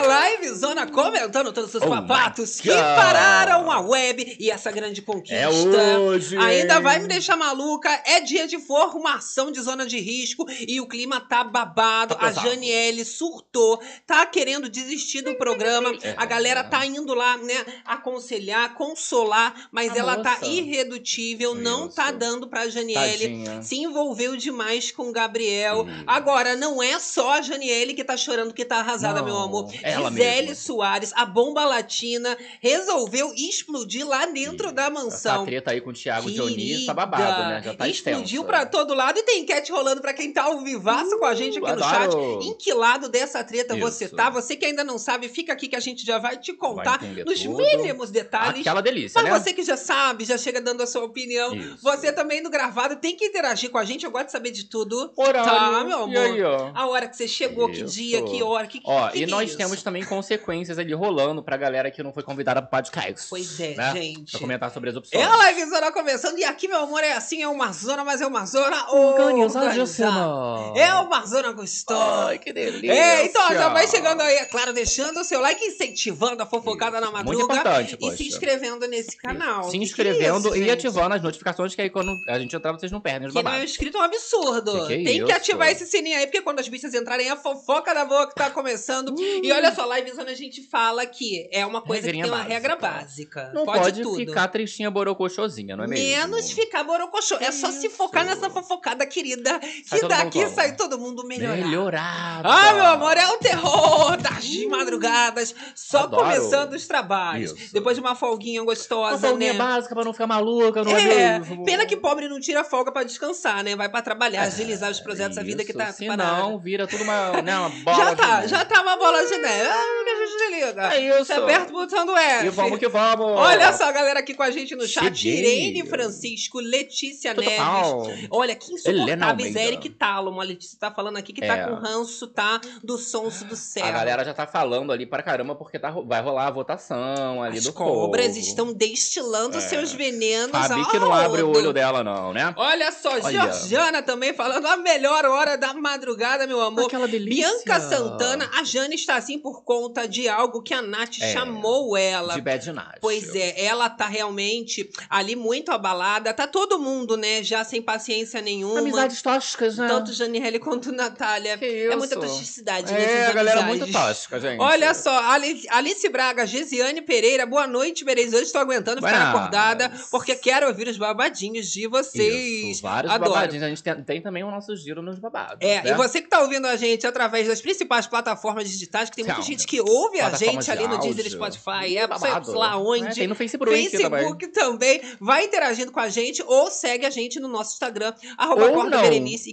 Livezona comentando todos os papatos que God. pararam a web e essa grande conquista. É hoje, ainda hein? vai me deixar maluca. É dia de formação de zona de risco e o clima tá babado. Tá A pesado. Janiele surtou, tá querendo desistir do programa. A galera tá indo lá, né, aconselhar, consolar, mas A ela tá moça. irredutível, não tá Isso. dando pra Janiele. Tadinha. Se envolveu demais com o Gabriel. Isso. Agora, não é só a Janiele que tá chorando, que tá arrasada, Não, meu amor. ela Gisele mesma. Soares, a bomba latina, resolveu explodir lá dentro da Essa mansão. treta aí com o Thiago Dionísio tá babado, né? Já tá Explodiu extensa. pra todo lado e tem enquete rolando pra quem tá ao vivaço com a gente aqui no chat. adoro. Em que lado dessa treta você Isso. tá? Você que ainda não sabe, fica aqui que a gente já vai te contar entender nos tudo. mínimos detalhes. Aquela delícia, Mas né? você que já sabe, já chega dando a sua opinião. Isso. Você também no gravado tem que interagir com a gente. Eu gosto de saber de tudo. Horário. Tá, meu amor? E aí, ó? A hora que você chegou, que Isso. dia, que hora, que Ó, que e é nós isso? temos também consequências ali rolando pra galera que não foi convidada pro podcast. Pois é, né? gente. Pra comentar sobre as opções. É a livezona começando e aqui, meu amor, é assim, é uma zona, mas é uma zona Organizadíssima. organizada. É uma zona gostosa. Ai, que delícia. É, então já vai chegando aí, é claro, deixando o seu like, incentivando a fofocada na Muito madruga. importante, E poxa. se inscrevendo nesse canal. Se Que inscrevendo é isso, e gente? ativando as notificações, que aí quando a gente entrar, vocês não perdem os Quem não é babados. inscrito é um absurdo. Que é Tem que isso? ativar esse sininho aí, porque quando as bichas entrarem, a fofoca da boca tá começando. E olha só, livezona a gente fala que é uma coisa Regrinha que tem uma básica. regra básica. Não pode pode tudo. ficar tristinha borocochosinha, não é mesmo? Menos ficar borocochô. É só se Isso. focar nessa fofocada querida. Sai Que todo mundo daqui como? sai todo mundo melhorado. Melhorada. Ah, meu amor, é o terror das madrugadas. Só Adoro. começando os trabalhos. Isso. Depois de uma folguinha gostosa, Uma folguinha né? básica pra não ficar maluca, não é, É, mesmo? pena que pobre não tira folga pra descansar, né? Vai pra trabalhar, agilizar os projetos da vida que tá Se parada. não, vira tudo uma, né, uma bola Já tá uma bola de neve. Ah, que a gente desliga. É isso. Você aperta o botão do F. E vamos que vamos. Olha só a galera aqui com a gente no chat. Cheguei. Irene Francisco, Letícia Tudo Neves. pau. Olha, que Helena insuportáveis. Almeida. Eric Talon. A Letícia tá falando aqui que tá com ranço, tá? Do sonso do céu. A galera já tá falando ali pra caramba, porque vai rolar a votação ali As do cobras povo. estão destilando seus venenos. Fabi ao que não abre o rodo. olho dela não, né? Olha só, Olha. Georgiana também falando a melhor hora da madrugada, meu amor. Aquela delícia. Bianca Santana, a Jane está assim por conta de algo que a Nath chamou ela. De bad night. Pois é, ela tá realmente ali muito abalada. Tá todo mundo, né, já sem paciência nenhuma. Amizades tóxicas, né? Tanto Janiele quanto Natália. Que É isso? muita toxicidade nessas É, a galera amizades. muito tóxica, gente. Olha só, Alice Braga, Gesiane Pereira, boa noite, Bereis. Hoje estou aguentando ficar Buenas. acordada, porque quero ouvir os babadinhos de vocês. Isso, vários Adoro. babadinhos. A gente tem também o nosso giro nos babados. É, né? e você que tá ouvindo a gente através das principais plataformas digitais, que tem muita Calma. gente que ouve a Plataformas gente de ali no áudio. Deezer, Spotify, Apple, sei Babado. lá onde. Tem no Facebook também. Vai interagindo com a gente ou segue a gente no nosso Instagram, Ou @Acorda não. Berenice.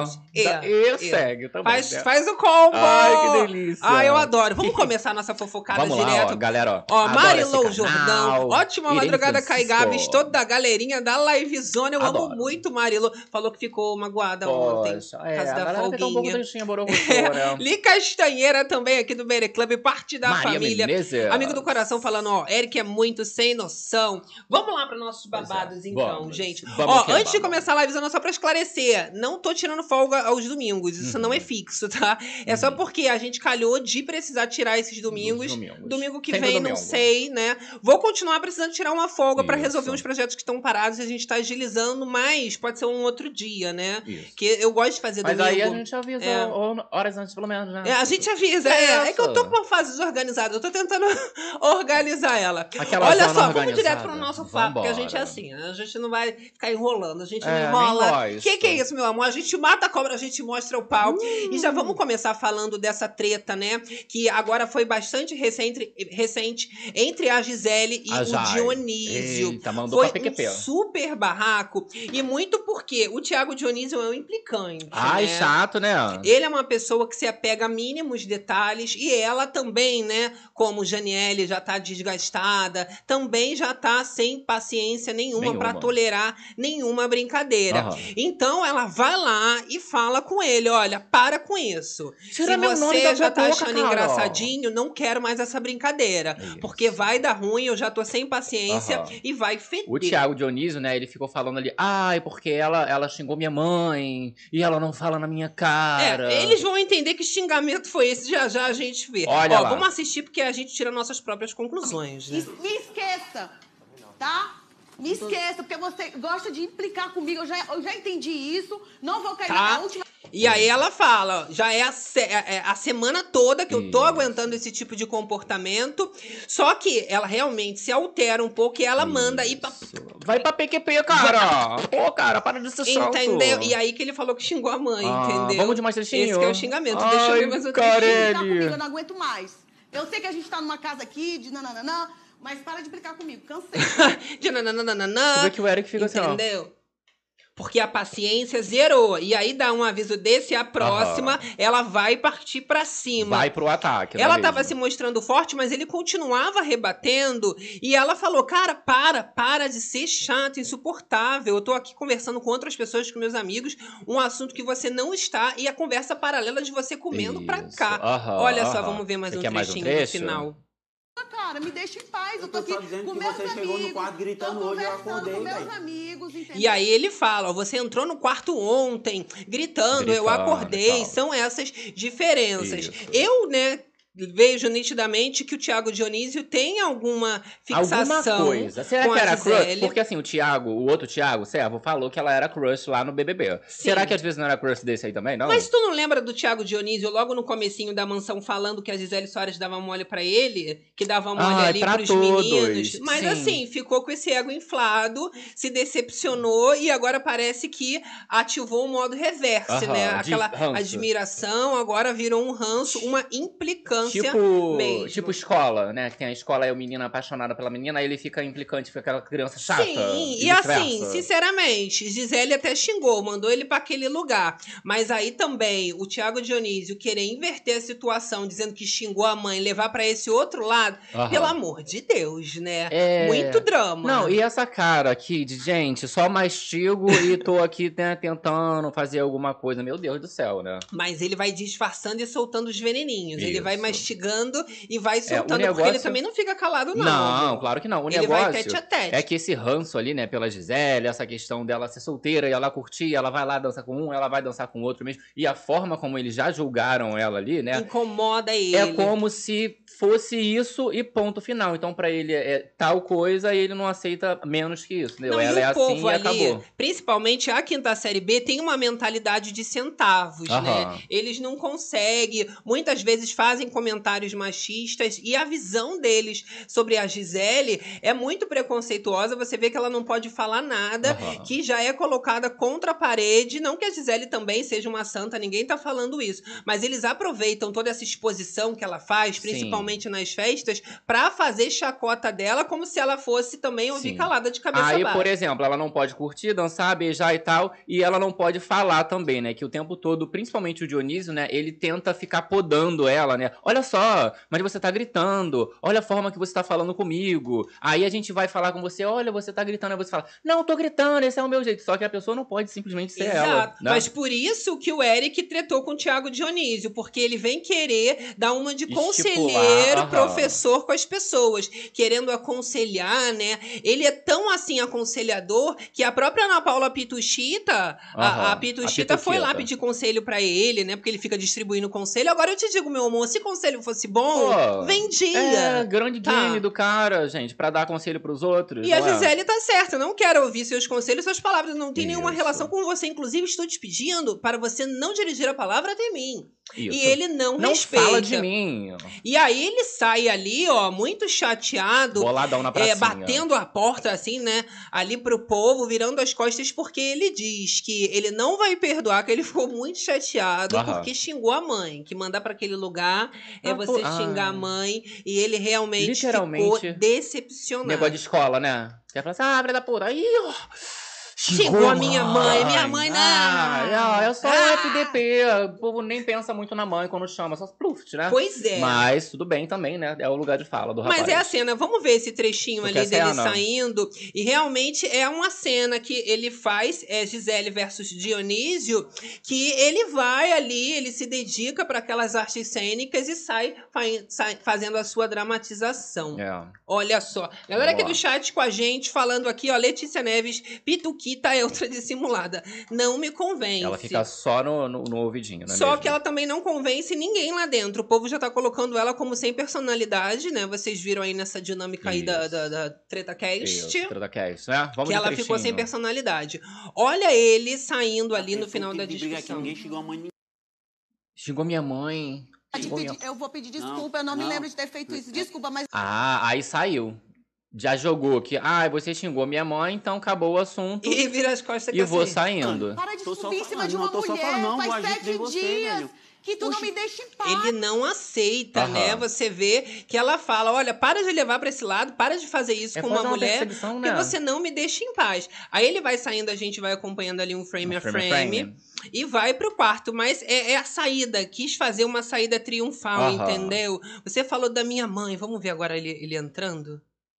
E segue também. né? Faz o combo! Ai, que delícia. Ah, eu adoro. Vamos começar a nossa fofocada Vamos direto. lá, ó, galera. Ó, Adoro Marilou esse Jordão, canal. ótima Irene madrugada, Kai Francisco. Gabs, toda a galerinha da Livezona. Eu amo Adoro. muito Marilou. Falou que ficou magoada ontem, Poxa, por causa a da galera fica um pouco folguinha. tristinha, borocochô, né? Li Castanheira também aqui do Bere Club, parte da Maria família. Menezes. Amigo do coração falando, ó, Eric é muito sem noção. Vamos lá para nossos babados, então, Vamos. gente. Vamos Ó, que antes de vamos. começar a livezona, só pra esclarecer, não tô tirando folga aos domingos, isso não é fixo, tá? É só porque a gente calhou de precisar tirar esses domingos. Domingo que Sempre vem, domingo. não sei, né? Vou continuar precisando tirar uma folga pra Isso. resolver uns projetos que estão parados e a gente tá agilizando, mas pode ser um outro dia, né? Isso. Que eu gosto de fazer Mas domingo. aí a gente avisa É. horas antes, pelo menos, né? É, a gente avisa, é que eu tô com uma fase desorganizada, eu tô tentando organizar ela. Aquela Olha zona só, vamos organizada. direto pro nosso papo, porque a gente é Vambora. assim, né? A gente não vai ficar enrolando, a gente não É, enrola. nem O que é isso, meu amor? A gente mata a cobra, a gente mostra o pau. E já vamos começar falando dessa treta, né? Que agora foi bastante recente entre a Gisele e A o Jai. Dionísio. Eita, mandou Foi pra PQP. um super barraco, e muito porque o Thiago Dionísio é um implicante, Ai, né? chato, né? Ele é uma pessoa que se apega a mínimos detalhes e ela também, né? Como Janiele já tá desgastada, também já tá sem paciência nenhuma pra tolerar nenhuma brincadeira. Aham. Então ela vai lá e fala com ele, olha, para com isso. Tira Se meu nome você da já tá boca, achando cara. engraçadinho, não quero mais essa brincadeira. Isso. Porque vai dar ruim, eu já tô sem paciência Aham. e vai feder. O Thiago Dionísio, né, ele ficou falando ali, ai, porque ela xingou minha mãe e ela não fala na minha cara. Eles vão entender que xingamento foi esse, já já a gente vê. Olha Ó, lá. Vamos assistir porque a gente tira nossas próprias conclusões, né? Me esqueça, tá? Me esqueça, porque você gosta de implicar comigo. Eu já entendi isso. Não vou cair na última. E aí ela fala, ó, já é a semana toda que eu tô aguentando esse tipo de comportamento. Só que ela realmente se altera um pouco e ela manda ir pra... Vai pra PQP, cara! Pô, cara, para de ser chato. Entendeu? E aí que ele falou que xingou a mãe, entendeu? Vamos de mais trechinho. Esse que é o xingamento. Deixa eu ver mais um trechinho. Eu não aguento mais. Eu sei que a gente tá numa casa aqui de nananã, mas para de implicar comigo. Cansei. De nananã. Tu vê que o Eric fica assim, ó. Entendeu? Porque a paciência zerou. E aí dá um aviso desse, a próxima, ela vai partir pra cima. Vai pro ataque. Ela tava se mostrando forte, mas ele continuava rebatendo. E ela falou, cara, para de ser chato, insuportável. Eu tô aqui conversando com outras pessoas, com meus amigos, um assunto que você não está, e a conversa paralela de você comendo pra cá. Olha só, vamos ver mais um trechinho no final. Cara, me deixa em paz. Eu tô aqui com meus amigos. Chegou no quarto gritando hoje, eu acordei, com meus amigos, entendeu? E aí ele fala, ó, você entrou no quarto ontem, gritando eu acordei. São essas diferenças. Isso. Eu, né, vejo nitidamente que o Thiago Dionísio tem alguma fixação. Alguma coisa. Será que era crush? Porque assim, o outro Thiago, Servo, falou que ela era crush lá no BBB. Sim. Será que às vezes não era crush desse aí também, não? Mas tu não lembra do Thiago Dionísio logo no comecinho da mansão falando que a Gisele Soares dava mole pra ele? Que dava mole ali pros meninos. Mas sim, assim, ficou com esse ego inflado, se decepcionou e agora parece que ativou o modo reverse, né? Aquela admiração agora virou um ranço, uma implicância. Tipo escola, né? Que tem a escola, aí o menino apaixonado pela menina, aí ele fica implicante, fica aquela criança chata. Sim, e assim, sinceramente, Gisele até xingou, mandou ele pra aquele lugar. Mas aí também, o Thiago Dionísio querer inverter a situação, dizendo que xingou a mãe, levar pra esse outro lado, pelo amor de Deus, né? Muito drama. Não, e essa cara aqui de, gente, só mastigo e tô aqui, né, tentando fazer alguma coisa. Meu Deus do céu, né? Mas ele vai disfarçando e soltando os veneninhos. Ele vai mastigando e vai soltando, porque ele também não fica calado, não. Não, claro que não. O negócio vai tete a tete. É que esse ranço ali, né, pela Gisele, essa questão dela ser solteira e ela curtir, ela vai lá dançar com um, ela vai dançar com o outro mesmo. E a forma como eles já julgaram ela ali, né? Incomoda ele. É como se fosse isso e ponto final. Então, pra ele é tal coisa e ele não aceita menos que isso, entendeu? Não, ela e é o povo assim e ali, acabou. Principalmente a quinta série B, tem uma mentalidade de centavos, né? Eles não conseguem, muitas vezes fazem comentários machistas e a visão deles sobre a Gisele é muito preconceituosa. Você vê que ela não pode falar nada, que já é colocada contra a parede. Não que a Gisele também seja uma santa, ninguém tá falando isso. Mas eles aproveitam toda essa exposição que ela faz, principalmente nas festas, pra fazer chacota dela como se ela fosse também ouvir calada de cabeça baixa. Aí, por exemplo, ela não pode curtir, dançar, beijar e tal, e ela não pode falar também, né? Que o tempo todo, principalmente o Dionísio, né? Ele tenta ficar podando ela, né? Olha só, mas você tá gritando, olha a forma que você tá falando comigo. Aí a gente vai falar com você, olha, você tá gritando, aí você fala, não, eu tô gritando, esse é o meu jeito. Só que a pessoa não pode simplesmente ser ela. Né? Mas por isso que o Eric tretou com o Thiago Dionísio, porque ele vem querer dar uma de conselheiro, professor com as pessoas, querendo aconselhar, né? Ele é tão assim aconselhador que a própria Ana Paula Pituchita, a Pituchita foi lá pedir conselho pra ele, né? Porque ele fica distribuindo conselho. Agora eu te digo, meu amor, se conselho fosse bom, vendia. É, grande game do cara, gente, pra dar conselho pros outros. E a Gisele tá certa, não quero ouvir seus conselhos, suas palavras não tem nenhuma relação com você. Inclusive, estou te pedindo para você não dirigir a palavra até mim. E ele não respeita. Não fala de mim. E aí ele sai ali, ó, muito chateado. Boladão na pracinha. Batendo a porta, assim, né, ali pro povo, virando as costas, porque ele diz que ele não vai perdoar, que ele ficou muito chateado, porque xingou a mãe. Que mandar pra aquele lugar é você xingar a mãe. E ele realmente ficou decepcionado. Negócio de escola, né? Você fala assim, filha da puta. Aí, ó. Xingou a minha mãe não. Eu sou o FDP. O povo nem pensa muito na mãe quando chama, só pluft, né? Pois é. Mas tudo bem também, né? É o lugar de fala do rapaz. Mas é a cena, vamos ver esse trechinho ali dele saindo. E realmente é uma cena que ele faz, Gisele versus Dionísio, que ele vai ali, ele se dedica para aquelas artes cênicas e sai fazendo a sua dramatização. Olha só. Galera aqui do chat com a gente, falando aqui, ó, Letícia Neves, Pituquita tá ultra dissimulada. Não me convence. Ela fica só no ouvidinho, né? Só que ela também não convence ninguém lá dentro. O povo já tá colocando ela como sem personalidade, né? Vocês viram aí nessa dinâmica aí da TretaCast. Isso, TretaCast, né? Vamos que ela ficou sem personalidade. Olha ele saindo ali no final da discussão. Ninguém xingou a mãe. Xingou minha mãe. Eu vou pedir desculpa, eu não me lembro de ter feito isso. Desculpa, mas... Ah, aí saiu. Já jogou que, você xingou minha mãe, então acabou o assunto. E vira as costas e vou saindo. Para de subir em cima de uma mulher, faz 7 dias que tu não me deixa em paz. Ele não aceita, né? Você vê que ela fala, olha, para de levar pra esse lado, para de fazer isso com uma mulher, porque você não me deixa em paz. Aí ele vai saindo, a gente vai acompanhando ali um frame a frame. E vai pro quarto, mas é a saída, quis fazer uma saída triunfal, entendeu? Você falou da minha mãe, vamos ver agora ele entrando?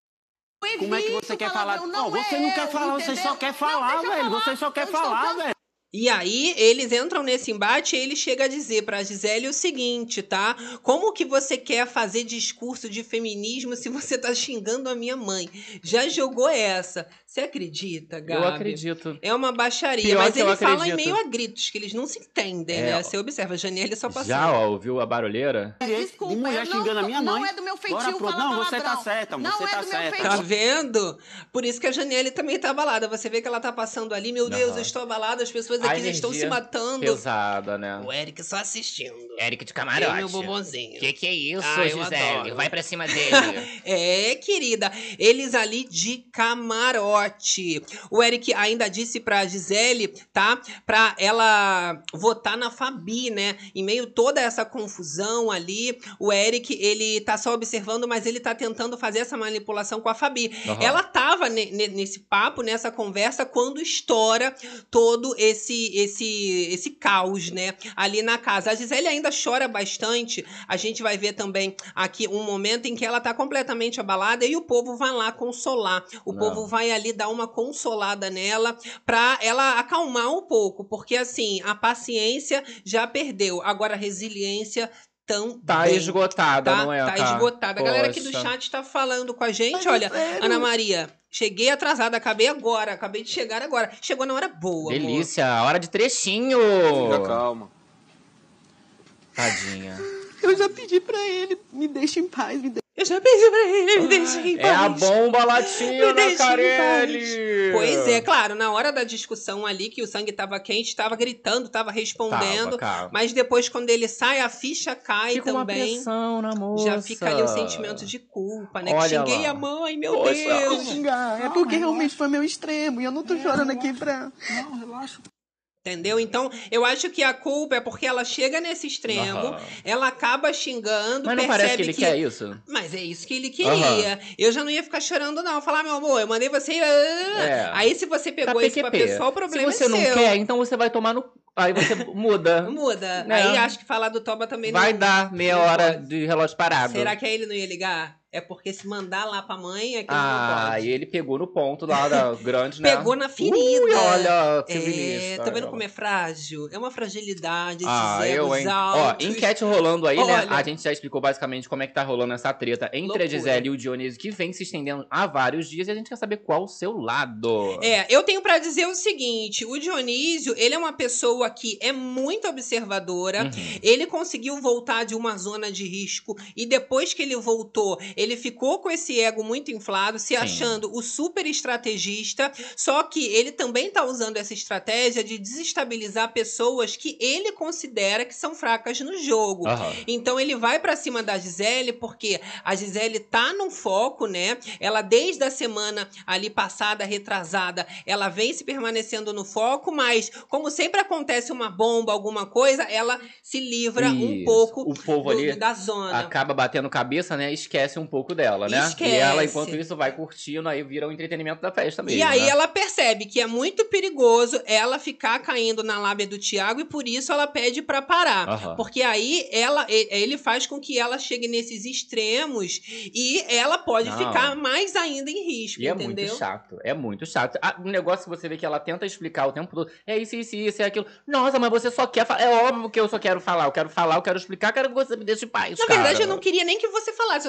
Como é que você quer falar? Não, você não quer falar, você só quer falar, velho. Você só quer falar, velho. E aí, eles entram nesse embate e ele chega a dizer pra Gisele o seguinte, tá? Como que você quer fazer discurso de feminismo se você tá xingando a minha mãe? Já jogou essa. Você acredita, Gabi? Eu acredito. É uma baixaria, mas ele fala em meio a gritos, que eles não se entendem, né? Você observa, a Janiele só passando. Já, ouviu a barulheira? Desculpa, de mulher xingando a minha mãe. Não é do meu feitio falar Não, você tá certa, você tá certa. Tá vendo? Por isso que a Janiele também tá abalada. Você vê que ela tá passando ali, meu Deus, eu estou abalada, as pessoas aqui estão se matando. Pesada, né? O Eric só assistindo. Eric de camarote. Meu bombonzinho. Que é isso, Gisele? Adoro. Vai pra cima dele. Querida. Eles ali de camarote. O Eric ainda disse pra Gisele, tá? Pra ela votar na Fabi, né? Em meio toda essa confusão ali, o Eric, ele tá só observando, mas ele tá tentando fazer essa manipulação com a Fabi. Ela tava nesse papo, nessa conversa, quando estoura todo esse caos, né? Ali na casa. A Gisele ainda chora bastante. A gente vai ver também aqui um momento em que ela tá completamente abalada e o povo vai lá consolar. O povo vai ali dar uma consolada nela pra ela acalmar um pouco, porque assim, a paciência já perdeu. Agora a resiliência tá esgotada, não é? Tá esgotada. A galera aqui do chat tá falando com a gente. Olha, Ana Maria, cheguei atrasada, acabei de chegar agora. Chegou na hora boa, delícia, amor. Hora de trechinho. Fica calma. Tadinha. Eu já pedi pra ele, me deixa em paz, Eu já pedi pra ele, me deixa em paz. É a bomba latina, Carelli! Pois é, claro, na hora da discussão ali, que o sangue tava quente, tava gritando, tava respondendo. Mas depois, quando ele sai, a ficha cai fica também. Uma pressão na moça. Já fica ali o sentimento de culpa, né? Olha que xinguei lá. a mãe, meu Deus. É porque realmente foi meu extremo e eu não tô chorando aqui pra... Não, relaxa. Entendeu? Então, eu acho que a culpa é porque ela chega nesse extremo, ela acaba xingando, mas não parece que ele quer isso? Mas é isso que ele queria. Eu já não ia ficar chorando, não. Falar, meu amor, eu mandei você... Aí, se você pegou isso pra pessoa, o problema é seu. Se você não quer, então você vai tomar no... Aí você muda. Muda. Aí acho que falar do Toba também vai dar meia hora de relógio parado. Será que aí ele não ia ligar? É porque se mandar lá pra mãe é que não pode. E ele pegou no ponto lá da grande, né? Pegou na ferida. Olha, feminista. Tá vendo como é frágil? É uma fragilidade, hein? Ó, enquete rolando aí, né? A gente já explicou basicamente como é que tá rolando essa treta entre a Gisele e o Dionísio, que vem se estendendo há vários dias, e a gente quer saber qual o seu lado. Eu tenho pra dizer o seguinte, o Dionísio, ele é uma pessoa que é muito observadora, ele conseguiu voltar de uma zona de risco, e depois que ele voltou, ele ficou com esse ego muito inflado, se achando o super estrategista, só que ele também tá usando essa estratégia de desestabilizar pessoas que ele considera que são fracas no jogo. Então ele vai pra cima da Gisele, porque a Gisele tá num foco, né? Ela desde a semana ali passada, retrasada, ela vem se permanecendo no foco, mas como sempre acontece uma bomba, alguma coisa, ela se livra um pouco o povo ali da zona. Acaba batendo cabeça, né? Esquece um pouco dela, né? Esquece. E ela, enquanto isso, vai curtindo, aí vira o entretenimento da festa mesmo. E aí né? ela percebe que é muito perigoso ela ficar caindo na lábia do Thiago, e por isso ela pede pra parar. Porque aí ele faz com que ela chegue nesses extremos e ela pode ficar mais ainda em risco, e entendeu? É muito chato. Um negócio que você vê que ela tenta explicar o tempo todo, é isso, é aquilo. Nossa, mas você só quer falar. É óbvio que eu só quero falar. Eu quero explicar, quero que você me deixe em paz. Na verdade, eu não queria nem que você falasse, eu só queria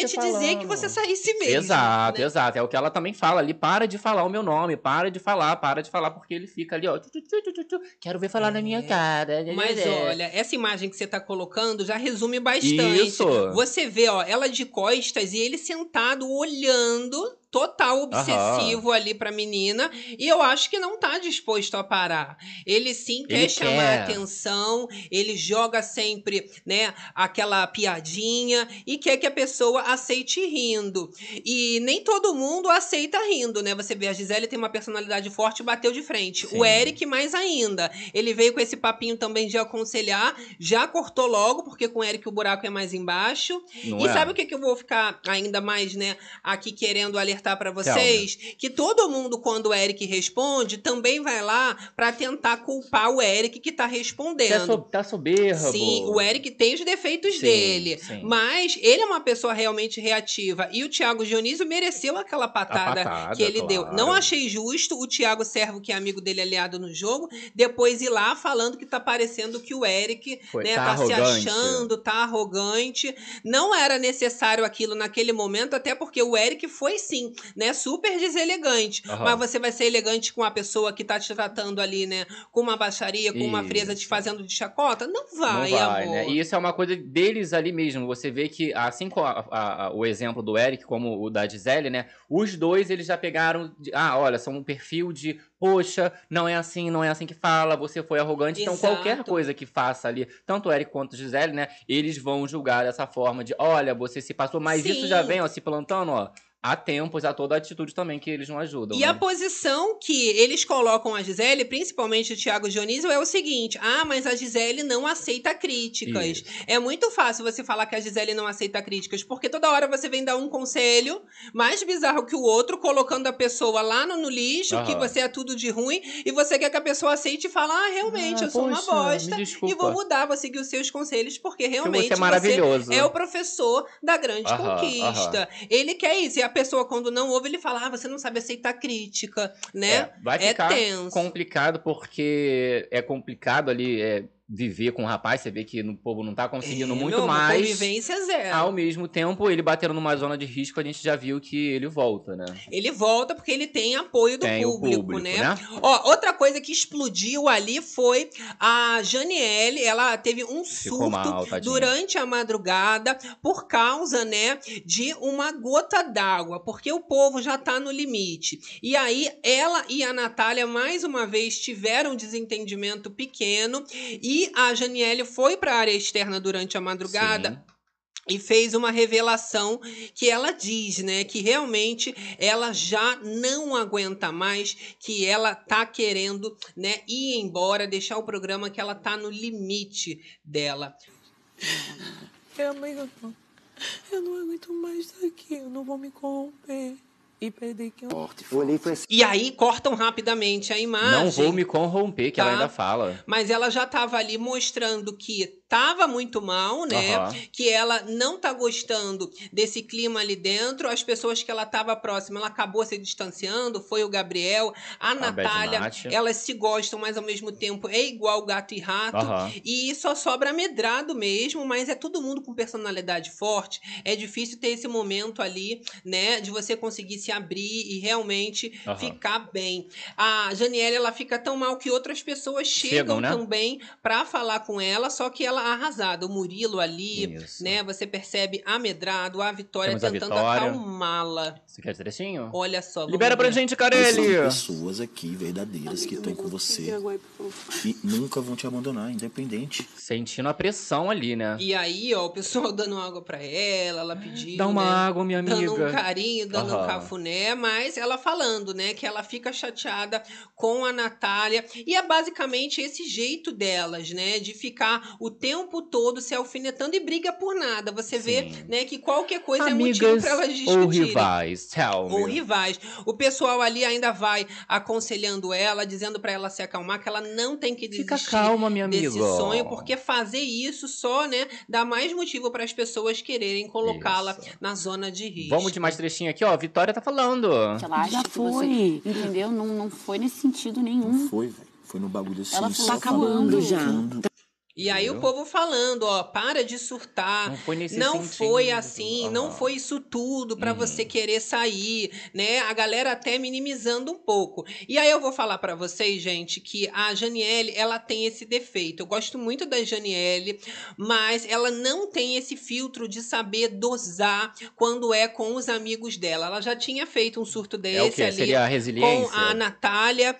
te dizer que você saísse mesmo. Exato, né? exato. É o que ela também fala ali. Para de falar o meu nome, para de falar, porque ele fica ali, ó. Quero ver falar na minha cara. Mas olha, essa imagem que você tá colocando já resume bastante. Isso. Você vê, ó, ela de costas e ele sentado olhando, total obsessivo ali pra menina, e eu acho que não tá disposto a parar. Ele sim quer chamar atenção, ele joga sempre, né, aquela piadinha e quer que a pessoa aceite rindo. E nem todo mundo aceita rindo, né? Você vê, a Gisele tem uma personalidade forte e bateu de frente. Sim. O Eric mais ainda. Ele veio com esse papinho também de aconselhar, já cortou logo, porque com o Eric o buraco é mais embaixo. Não e sabe o que eu vou ficar ainda mais, né, aqui querendo alertar para vocês? Que todo mundo, quando o Eric responde, também vai lá para tentar culpar o Eric que tá respondendo. Tá soberbo. Sim, o Eric tem os defeitos dele. Sim. Mas ele é uma pessoa realmente reativa. E o Thiago Dionísio mereceu aquela patada que ele deu. Não achei justo o Thiago Servo, que é amigo dele, aliado no jogo, depois ir lá falando que tá parecendo que o Eric, né, tá se achando, tá arrogante. Não era necessário aquilo naquele momento, até porque o Eric foi sim, né, super deselegante. Mas você vai ser elegante com a pessoa que tá te tratando ali, né, com uma baixaria, com uma frieza, te fazendo de chacota? Não vai, amor. Né? E isso é uma coisa deles ali mesmo. Você vê que, assim como o exemplo do Eric, como o da Gisele, né, os dois, eles já pegaram, olha, são um perfil de, poxa, não é assim que fala, você foi arrogante. Exato. Então qualquer coisa que faça ali, tanto o Eric quanto a Gisele, né, eles vão julgar dessa forma de, olha, você se passou, mas sim, isso já vem, ó, se plantando, ó, há tempos, há toda a atitude também que eles não ajudam. E a posição que eles colocam a Gisele, principalmente o Thiago Dionísio, é o seguinte: mas a Gisele não aceita críticas. Isso. É muito fácil você falar que a Gisele não aceita críticas, porque toda hora você vem dar um conselho mais bizarro que o outro, colocando a pessoa lá no lixo, que você é tudo de ruim, e você quer que a pessoa aceite e fala, realmente, eu sou uma bosta, e vou mudar, vou seguir os seus conselhos, porque realmente você é o professor da grande conquista. Ele quer isso. E a pessoa, quando não ouve, ele fala, você não sabe aceitar crítica, né? Vai ficar complicado, porque é complicado ali viver com o rapaz. Você vê que o povo não tá conseguindo muito mais. Convivência zero. Ao mesmo tempo, ele batendo numa zona de risco, a gente já viu que ele volta, né? Ele volta porque ele tem apoio do público, né? Ó, outra coisa que explodiu ali foi a Janiele. Ela teve um surto durante a madrugada por causa, né, de uma gota d'água, porque o povo já tá no limite. E aí, ela e a Natália, mais uma vez, tiveram um desentendimento pequeno, e a Janiele foi para a área externa durante a madrugada. Sim. E fez uma revelação que ela diz, né, que realmente ela já não aguenta mais, que ela tá querendo, né, ir embora, deixar o programa, que ela tá no limite dela. Amiga, eu não aguento mais estar aqui, eu não vou me corromper. E perder que eu olhei pra... E aí cortam rapidamente a imagem. Não vou me corromper, que ela ainda fala. Mas ela já tava ali mostrando que tava muito mal, né? Que ela não tá gostando desse clima ali dentro. As pessoas que ela tava próxima, ela acabou se distanciando. Foi o Gabriel, a Natália. Elas se gostam, mas ao mesmo tempo é igual gato e rato. E só sobra Medrado mesmo, mas é todo mundo com personalidade forte. É difícil ter esse momento ali, né? De você conseguir se abrir e realmente ficar bem. A Janiele, ela fica tão mal que outras pessoas chegam né? também pra falar com ela, só que ela arrasada. O Murilo ali, né? Você percebe a Medrado, a Vitória tentando acalmá-la. Você quer trechinho? Olha só. Libera pra gente, Carelli! São pessoas aqui verdadeiras que estão com você e nunca vão te abandonar, independente. Sentindo a pressão ali, né? E aí, ó, o pessoal dando água pra ela pediu, dá uma água, minha amiga. Dando um carinho, dando um cafuné, mas ela falando, né, que ela fica chateada com a Natália. E é basicamente esse jeito delas, né, de ficar o tempo todo se alfinetando e briga por nada. Você vê, né, que qualquer coisa Amigas é motivo pra elas discutirem. Ou rivais, tell me. Ou rivais. O pessoal ali ainda vai aconselhando ela, dizendo pra ela se acalmar, que ela não tem que desistir. Fica calma, minha amiga. Desse sonho, porque fazer isso só, né, dá mais motivo para as pessoas quererem colocá-la na zona de risco. Vamos de mais trechinho aqui, ó. A Vitória tá falando. Ela já foi, entendeu? Não foi nesse sentido nenhum. Não foi, velho. Foi no bagulho assim. Ela tá acabando já. E aí o povo falando, ó, para de surtar. Não foi nesse Não sentido. foi assim, não foi isso tudo pra você querer sair, né? A galera até minimizando um pouco. E aí eu vou falar pra vocês, gente, que a Janiele, ela tem esse defeito. Eu gosto muito da Janiele, mas ela não tem esse filtro de saber dosar quando é com os amigos dela. Ela já tinha feito um surto desse ali Seria a resiliência? com a Natália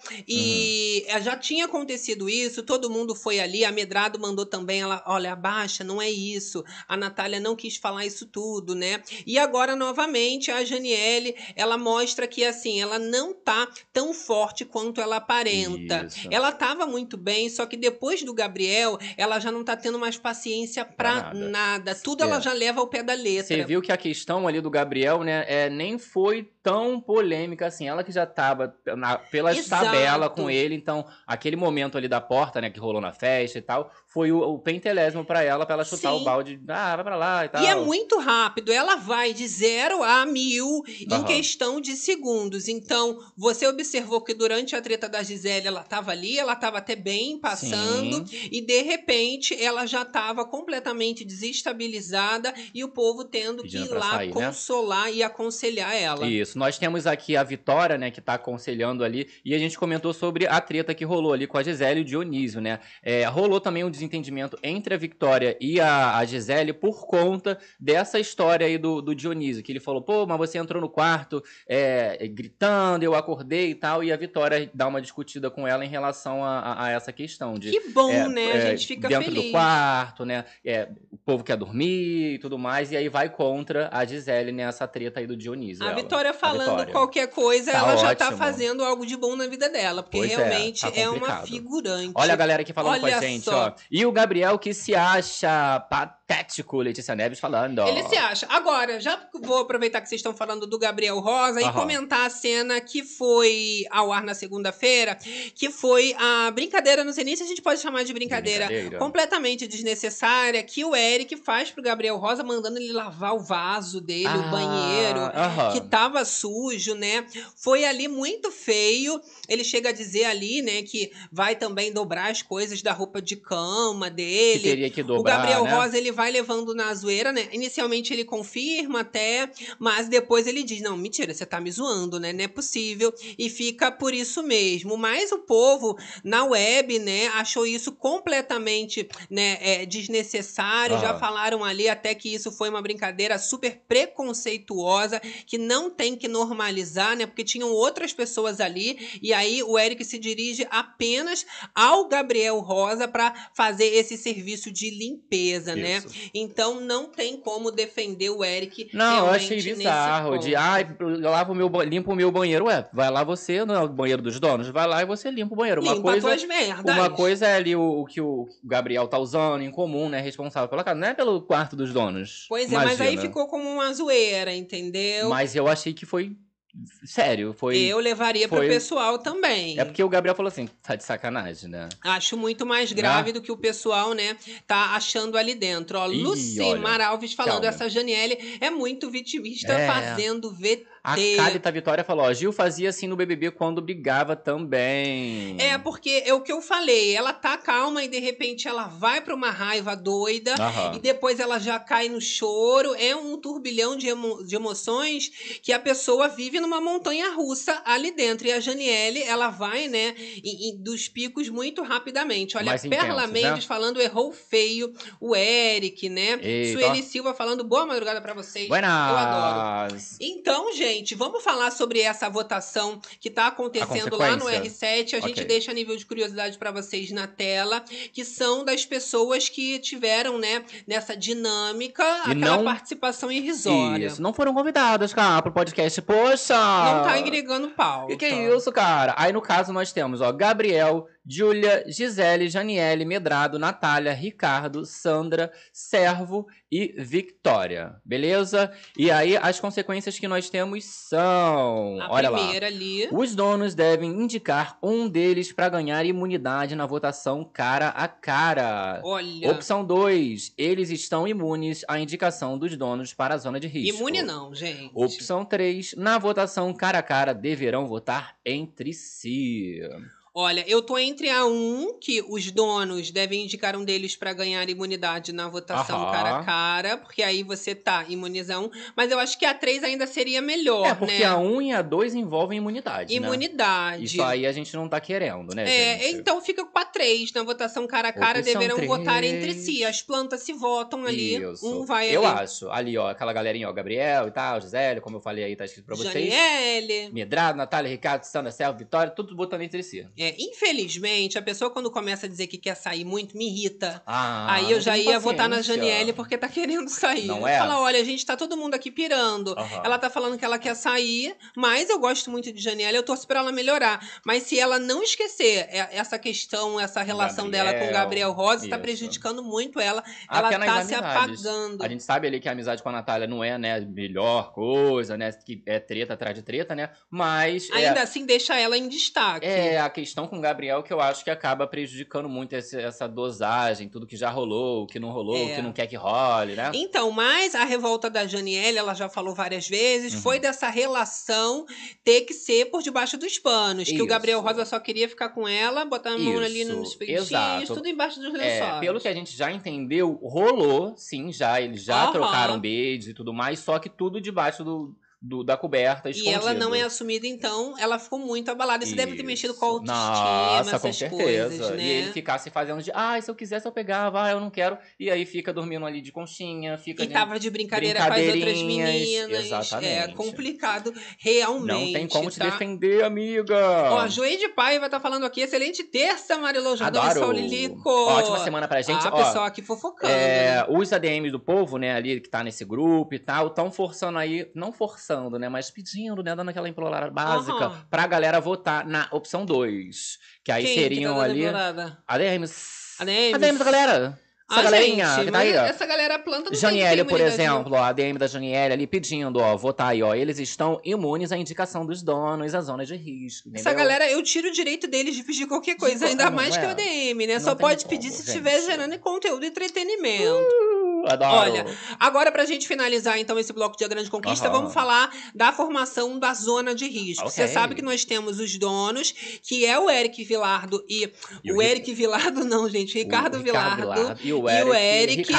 e já tinha acontecido isso, todo mundo foi ali, a Medrado mandou também, ela, olha, abaixa, não é isso. A Natália não quis falar isso tudo, né? E agora, novamente, a Janiele, ela mostra que, assim, ela não tá tão forte quanto ela aparenta. Isso. Ela tava muito bem, só que depois do Gabriel, ela já não tá tendo mais paciência pra nada. Tudo ela já leva ao pé da letra. Você viu que a questão ali do Gabriel, né, nem foi tão polêmica assim. Ela que já tava pela tabela com ele, então aquele momento ali da porta, né, que rolou na festa e tal, foi o pentelésimo pra ela chutar o balde, vai pra lá e tal. E é muito rápido, ela vai de 0 a 1000 em questão de segundos. Então, você observou que durante a treta da Gisele, ela tava ali, ela tava até bem passando, e de repente ela já tava completamente desestabilizada e o povo tendo que ir lá sair, consolar, né? E aconselhar ela. Isso, nós temos aqui a Vitória, né, que tá aconselhando ali, e a gente comentou sobre a treta que rolou ali com a Gisele e o Dionísio, né? Rolou também um desentendimento entre a Vitória e a Gisele por conta dessa história aí do Dionísio, que ele falou, pô, mas você entrou no quarto gritando, eu acordei e tal, e a Vitória dá uma discutida com ela em relação a essa questão de... Que bom, né? A gente fica dentro feliz. Do quarto, né? O povo quer dormir e tudo mais, e aí vai contra a Gisele nessa treta aí do Dionísio. A Vitória falando qualquer coisa, ela já tá fazendo algo de bom na vida dela, porque realmente é uma figurante. Olha a galera aqui falando com a gente, ó. E o Gabriel que se acha patético, Letícia Neves falando, ó. Ele se acha. Agora, já vou aproveitar que vocês estão falando do Gabriel Rosa e comentar a cena que foi ao ar na segunda-feira, que foi a brincadeira, não sei nem se a gente pode chamar de brincadeira completamente desnecessária, que o Eric faz pro Gabriel Rosa, mandando ele lavar o vaso dele, o banheiro, que tava sujo, né? Foi ali muito feio. Ele chega a dizer ali, né, que vai também dobrar as coisas da roupa de cama dele. Que teria que dobrar, o Gabriel né? Rosa, ele vai levando na zoeira, né? Inicialmente ele confirma até, mas depois ele diz, não, mentira, você tá me zoando, né? Não é possível. E fica por isso mesmo. Mas o povo na web, né, achou isso completamente, né, desnecessário. Já falaram ali até que isso foi uma brincadeira super preconceituosa, que não tem que normalizar, né? Porque tinham outras pessoas ali, e aí o Eric se dirige apenas ao Gabriel Rosa para fazer esse serviço de limpeza, né? Então não tem como defender o Eric. Não, eu achei bizarro. Limpo o meu banheiro. Ué, vai lá você, não é o banheiro dos donos? Vai lá e você limpa o banheiro. Limpa tuas merdas. Uma coisa é ali o que o Gabriel tá usando em comum, né? Responsável pela casa. Não é pelo quarto dos donos. Pois é, mas aí ficou como uma zoeira, entendeu? Mas eu achei que foi... Sério, foi... Eu levaria pro pessoal também. É porque o Gabriel falou assim, tá de sacanagem, né? Acho muito mais grave do que o pessoal, né, tá achando ali dentro. Ó, Lucimar Alves falando, essa Janiele é muito vitimista, fazendo VT. A Calita Vitória falou, ó, Gil fazia assim no BBB quando brigava também. Porque é o que eu falei, ela tá calma e de repente ela vai pra uma raiva doida e depois ela já cai no choro. É um turbilhão de emoções que a pessoa vive numa montanha russa ali dentro. E a Janiele, ela vai, né, dos picos muito rapidamente. Olha, a Perla Mendes falando, errou feio. O Eric, né? Sueli Silva falando, boa madrugada pra vocês. Buenas. Eu adoro. Então, gente, vamos falar sobre essa votação que tá acontecendo lá no R7. A gente deixa a nível de curiosidade pra vocês na tela, que são das pessoas que tiveram, né, nessa dinâmica, aquela participação irrisória. Isso, não foram convidadas, cara, pro podcast. Poxa! Não tá agregando pauta. Que é isso, cara? Aí, no caso, nós temos, ó, Gabriel, Júlia, Gisele, Janiele, Medrado, Natália, Ricardo, Sandra, Servo e Vitória. Beleza? E aí, as consequências que nós temos são... Olha lá. Ali. Os donos devem indicar um deles para ganhar imunidade na votação cara a cara. Olha. Opção 2. Eles estão imunes à indicação dos donos para a zona de risco. Imune não, gente. Opção 3. Na votação cara a cara, deverão votar entre si. Olha, eu tô entre a 1, que os donos devem indicar um deles para ganhar imunidade na votação cara a cara, porque aí você imuniza um, mas eu acho que a 3 ainda seria melhor, porque a 1 e a 2 envolvem imunidade, Imunidade. Né? Isso aí a gente não tá querendo, né, gente? Então fica com a 3. Na votação cara a cara, deverão votar entre si. As plantas se votam ali, um vai eu acho. Ali, ó, aquela galerinha, ó, Gabriel e tal, Gisele, como eu falei aí, tá escrito pra vocês. Janiele. Medrado, Natália, Ricardo, Sandra, Selva, Vitória, tudo votando entre si. Infelizmente, a pessoa quando começa a dizer que quer sair muito, me irrita. Ah, aí eu já ia votar na Janiele porque tá querendo sair. Não é? Fala, olha, gente, tá todo mundo aqui pirando. Ela tá falando que ela quer sair, mas eu gosto muito de Janiele, eu torço pra ela melhorar. Mas se ela não esquecer essa questão, essa relação dela com o Gabriel Rosa, tá prejudicando muito ela. Ela tá se apagando. A gente sabe ali que a amizade com a Natália não é, né, a melhor coisa, né, que é treta atrás de treta, né, mas... Ainda assim deixa ela em destaque. É a questão com o Gabriel que eu acho que acaba prejudicando muito essa dosagem, tudo que já rolou, o que não rolou, o que não quer que role, né? Então, mas a revolta da Janiele, ela já falou várias vezes, foi dessa relação ter que ser por debaixo dos panos, que o Gabriel Rosa só queria ficar com ela, botar a mão ali nos peitinhos, tudo embaixo dos lençóis. Pelo que a gente já entendeu, rolou, sim, eles já trocaram beijos e tudo mais, só que tudo debaixo da coberta, escondido. E ela não é assumida, então ela ficou muito abalada. Isso deve ter mexido com a autoestima, essas com certeza. Coisas, né? E ele ficar se fazendo de, se eu quisesse eu pegava, eu não quero. E aí fica dormindo ali de conchinha, fica... E tava de brincadeira com as outras meninas. Exatamente. É complicado, realmente. Não tem como te defender, amiga. Ó, Joey de Paiva tá falando aqui, excelente terça, Marilô Jordão e Saul Lilico. Ótima semana pra gente. Pessoal aqui fofocando. Os ADMs do povo, né, ali que tá nesse grupo e tal, estão forçando aí, não forçando, né, mas pedindo, né, dando aquela implorada básica pra galera votar na opção 2. Que aí seriam que tá ali... ADMs, galera. Essa galerinha gente, que tá aí, ó. Essa galera planta não Janiele, por imunidade, exemplo, ó, a ADM da Janiele ali pedindo, ó, votar aí, ó. Eles estão imunes à indicação dos donos, à zona de risco, entendeu? Essa galera, eu tiro o direito deles de pedir qualquer coisa, ainda mais que o ADM, né? Só pode pedir se estiver gerando conteúdo e entretenimento. Adoro. Olha, agora pra gente finalizar então esse bloco de A Grande Conquista, vamos falar da formação da zona de risco. Você sabe que nós temos os donos, que é o Eric Vilardo e o Eric Vilardo não, gente, Ricardo Vilardo e o Eric.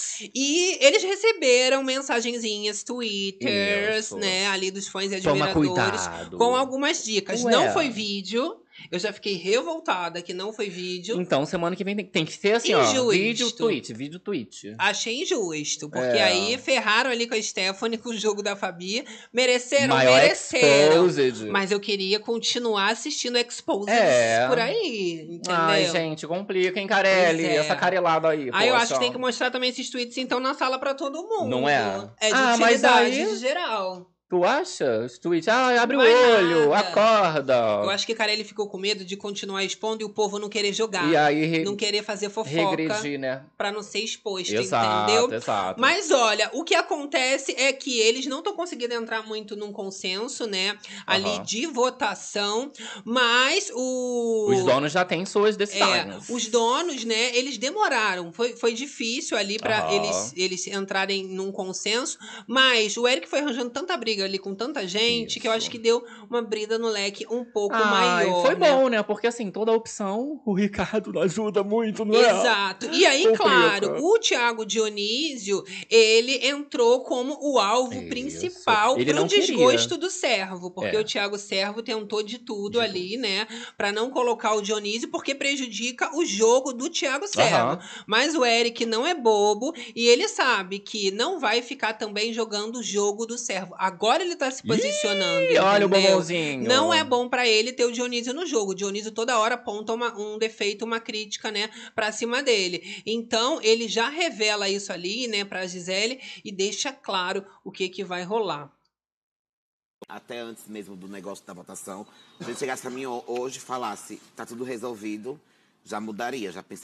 E eles receberam mensagenzinhas, twitters, né, ali dos fãs e admiradores, com algumas dicas. Não foi vídeo. Eu já fiquei revoltada que não foi vídeo. Então, semana que vem tem que ser assim, injusto. Ó. Vídeo, tweet. Achei injusto, porque aí ferraram ali com a Stephanie, com o jogo da Fabi. Mereceram. Exposed. Mas eu queria continuar assistindo Exposed por aí, entendeu? Ai, gente, complica, hein, Carelli? Essa carelada aí. Aí eu acho que tem que mostrar também esses tweets, então, na sala pra todo mundo. Não é? É de utilidade de geral. Tu acha? Os tweets, abre o olho, acorda. Eu acho que Carelli ficou com medo de continuar expondo e o povo não querer jogar. E aí não querer fazer fofoca. Regredir, né? Pra não ser exposto, exato, entendeu? Exato. Mas olha, o que acontece é que eles não estão conseguindo entrar muito num consenso, né? Ali de votação, mas os donos já têm suas decisões. Os donos, né, eles demoraram. Foi difícil ali pra eles entrarem num consenso, mas o Eric foi arranjando tanta briga ali com tanta gente que eu acho que deu uma brida no leque um pouco maior. Foi bom, né? Porque assim, toda a opção, o Ricardo não ajuda muito, não é? Exato. E aí, claro, o Thiago Dionísio, ele entrou como o alvo principal pro desgosto do Servo, porque o Thiago Servo tentou de tudo ali, né, pra não colocar o Dionísio, porque prejudica o jogo do Thiago Servo. Mas o Eric não é bobo e ele sabe que não vai ficar também jogando o jogo do Servo. Agora ele tá se posicionando. Olha o bombonzinho. Não é bom pra ele ter o Dionísio no jogo. O Dionísio toda hora aponta um defeito, uma crítica, né, pra cima dele. Então, ele já revela isso ali, né, pra Gisele e deixa claro o que vai rolar. Até antes mesmo do negócio da votação, se ele chegasse pra mim hoje e falasse, tá tudo resolvido, já mudaria, já pensei.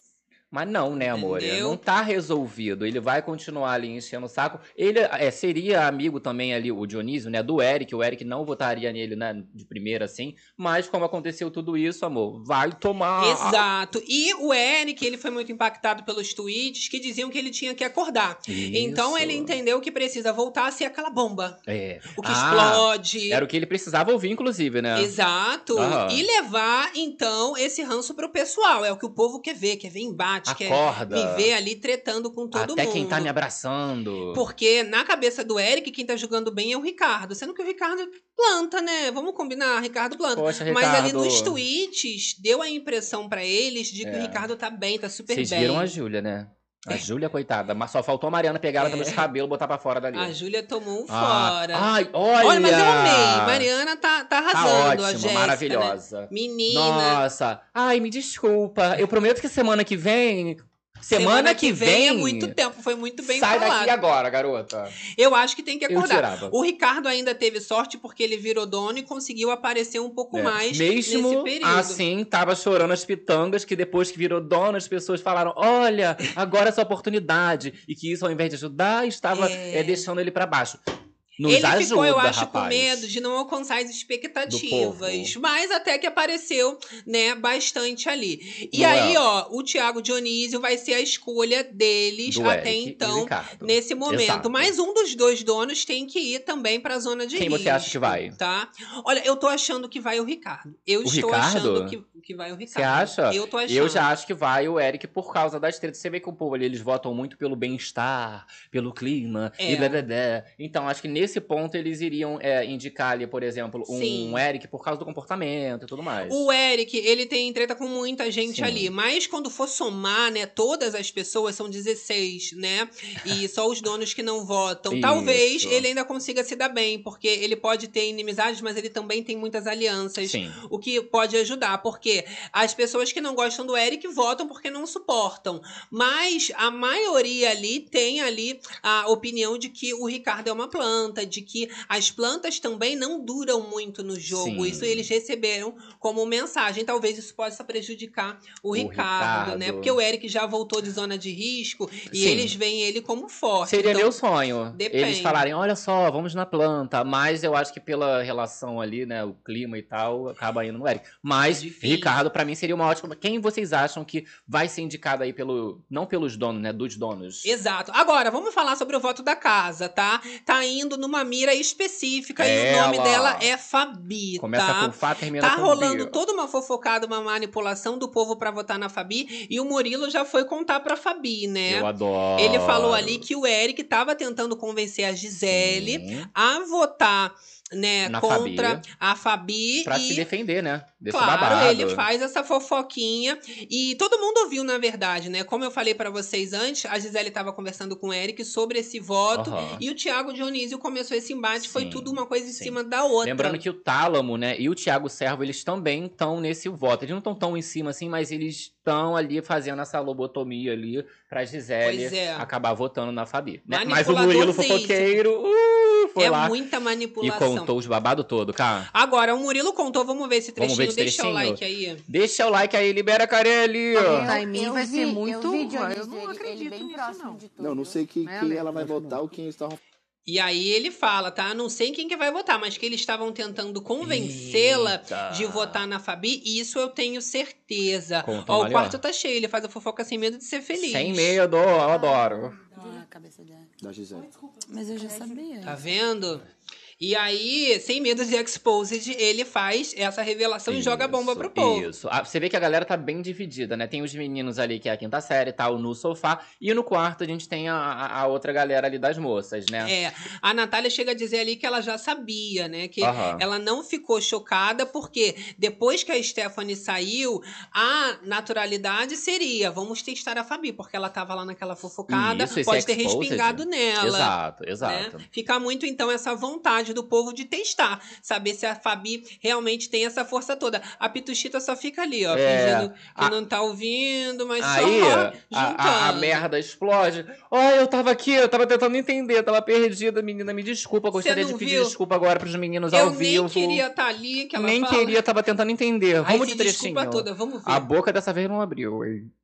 Mas não, né, amor? Entendeu? Não tá resolvido. Ele vai continuar ali enchendo o saco. Ele seria amigo também ali, o Dionísio, né, do Eric. O Eric não votaria nele, né, de primeira, assim. Mas como aconteceu tudo isso, amor, vai tomar... Exato. E o Eric, ele foi muito impactado pelos tweets que diziam que ele tinha que acordar. Isso. Então ele entendeu que precisa voltar a ser aquela bomba. É. O que explode. Era o que ele precisava ouvir, inclusive, né? Exato. E levar, então, esse ranço pro pessoal. É o que o povo quer ver embate, Acorda. quer viver ali tretando com todo mundo. Até quem tá me abraçando. Porque na cabeça do Eric, quem tá jogando bem é o Ricardo. Sendo que o Ricardo planta, né? Vamos combinar, Ricardo planta. Poxa, Mas Ricardo. ali nos tweets, deu a impressão pra eles de que o Ricardo tá bem, tá super bem. Vocês viram a Júlia, né? A Júlia, coitada. Mas só faltou a Mariana pegar ela pelos cabelos e botar pra fora dali. A Júlia tomou um fora. Ai, olha! Olha, mas eu amei. Mariana tá arrasando, ótimo, a Jéssica, maravilhosa. Né? Menina. Nossa. Ai, me desculpa. Eu prometo que semana que vem... Semana que vem é muito tempo, foi muito bem sai falado. Sai daqui agora, garota. Eu acho que tem que acordar. Eu tirava. O Ricardo ainda teve sorte porque ele virou dono e conseguiu aparecer um pouco mais mesmo nesse período. assim, tava chorando as pitangas que depois que virou dono, as pessoas falaram, olha, agora é sua oportunidade. E que isso, ao invés de ajudar, estava deixando ele pra baixo. Nos ele ajuda, ficou, eu acho, rapaz, com medo de não alcançar as expectativas. Mas até que apareceu, né, bastante ali. E aí, ó, o Thiago Dionísio vai ser a escolha deles do até Eric então, nesse momento. Exato. Mas um dos dois donos tem que ir também pra zona de risco. Quem você acha que vai? Tá? Olha, eu tô achando que vai o Ricardo. Eu estou achando que vai o Ricardo. Você acha? Eu tô achando. Eu já acho que vai o Eric por causa das tretas. Você vê que o povo ali, eles votam muito pelo bem-estar, pelo clima e blá, blá, blá. Então, acho que nesse ponto eles iriam indicar ali, por exemplo, um Eric por causa do comportamento e tudo mais. O Eric, ele tem treta com muita gente ali, mas quando for somar, né, todas as pessoas são 16, né, e só os donos que não votam. Isso. Talvez ele ainda consiga se dar bem, porque ele pode ter inimizades, mas ele também tem muitas alianças, o que pode ajudar, porque as pessoas que não gostam do Eric votam porque não suportam, mas a maioria ali tem ali a opinião de que o Ricardo é uma planta, de que as plantas também não duram muito no jogo. Isso eles receberam como mensagem. Talvez isso possa prejudicar o Ricardo, né? Porque o Eric já voltou de zona de risco e eles veem ele como forte. Seria então, meu sonho. Depende. Eles falarem, olha só, vamos na planta. Mas eu acho que pela relação ali, né, o clima e tal, acaba indo no Eric. Mas Ricardo, pra mim, seria uma ótima... Quem vocês acham que vai ser indicado aí não pelos donos, né, dos donos? Exato. Agora, vamos falar sobre o voto da casa, tá? Tá indo numa mira específica e o nome dela é Fabi, Começa com Fá, termina tá com rolando B. toda uma fofocada, uma manipulação do povo pra votar na Fabi e o Murilo já foi contar pra Fabi, né? Eu adoro. Ele falou ali que o Eric tava tentando convencer a Gisele a votar, né, contra a Fabi. Pra se defender, né? Desse claro, babado. ele faz essa fofoquinha e todo mundo ouviu, na verdade, né? Como eu falei pra vocês antes, a Gisele tava conversando com o Eric sobre esse voto e o Thiago Dionísio começou esse embate, foi tudo uma coisa em cima da outra. Lembrando que o Tálamo, né, e o Thiago Servo, eles também estão nesse voto. Eles não estão tão em cima assim, mas eles estão ali fazendo essa lobotomia ali pra Gisele acabar votando na Fabi. Né? Mas o Murilo fofoqueiro foi lá. É muita manipulação. E contou os babados todo, cara. Agora, o Murilo contou, vamos ver esse trechinho. Deixa o like aí. Deixa o like aí, libera a Carelli. Pra mim vai ser muito... Eu não acredito nisso, não. Não sei quem ela vai votar ou quem eles estavam... E aí ele fala, tá? Não sei quem que vai votar, mas que eles estavam tentando convencê-la de votar na Fabi, e isso eu tenho certeza. Ó, o quarto tá cheio, ele faz a fofoca sem medo de ser feliz. Sem medo, eu adoro. A cabeça dela. Da Gisele. Mas eu já sabia. Tá vendo? E aí, sem medo de exposed, ele faz essa revelação e joga a bomba pro povo. Isso. Você vê que a galera tá bem dividida, né? Tem os meninos ali, que é a quinta série, tal, no sofá. E no quarto a gente tem a outra galera ali das moças, né? É. A Natália chega a dizer ali que ela já sabia, né? Que ela não ficou chocada, porque depois que a Stephanie saiu, a naturalidade seria, vamos testar a Fabi, porque ela tava lá naquela fofocada, pode ter respingado nela. Exato. Né? Fica muito, então, essa vontade do povo de testar, saber se a Fabi realmente tem essa força toda. A Pituchita só fica ali, ó, fingindo que não tá ouvindo, mas aí, só juntando. A merda explode. Eu tava aqui, eu tava tentando entender, tava perdida, menina, me desculpa, gostaria de pedir desculpa agora pros meninos ao vivo. Eu nem queria estar ali, que ela nem fala. queria, tava tentando entender. Vamos de trechinho. Desculpa toda, vamos ver. A boca dessa vez não abriu, hein?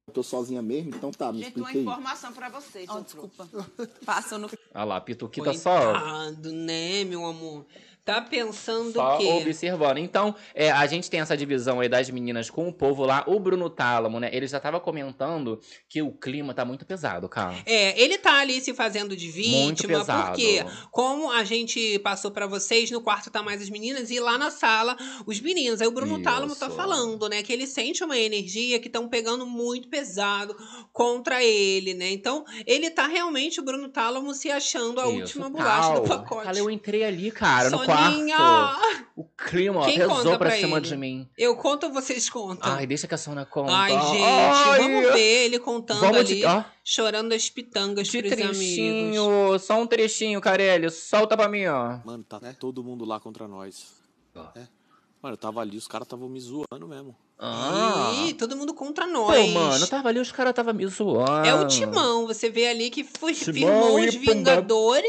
Eu tô sozinha mesmo, então tá, me Gente, uma explica aí. informação pra vocês. Desculpa. Passa no... Olha lá, Pituquita só... Coitado, né, meu amor? Tá pensando Só o quê? observando. Então, a gente tem essa divisão aí das meninas com o povo lá. O Bruno Tálamo, né? Ele já tava comentando que o clima tá muito pesado, cara. Ele tá ali se fazendo de Muito vítima, pesado. porque, como a gente passou pra vocês, no quarto tá mais as meninas e lá na sala os meninos. Aí o Bruno Tálamo tá falando, né, que ele sente uma energia que estão pegando muito pesado contra ele, né? Então, ele tá realmente, o Bruno Tálamo, se achando a última bolacha do pacote. Cara, eu entrei ali, cara, no quarto. O clima, ó, pesou pra cima de mim. Eu conto ou vocês contam? Ai, deixa que a Sônia conta. Ai, gente, vamos ver ele contando ali, chorando as pitangas pros trechinho, amigos. Só um trechinho, Carelli, solta pra mim, ó. Mano, tá todo mundo lá contra nós. Mano, eu tava ali, os caras estavam me zoando mesmo. Ih, todo mundo contra nós. Pô, mano, eu tava ali, os caras estavam me zoando. É o Timão, você vê ali que firmou os Vingadores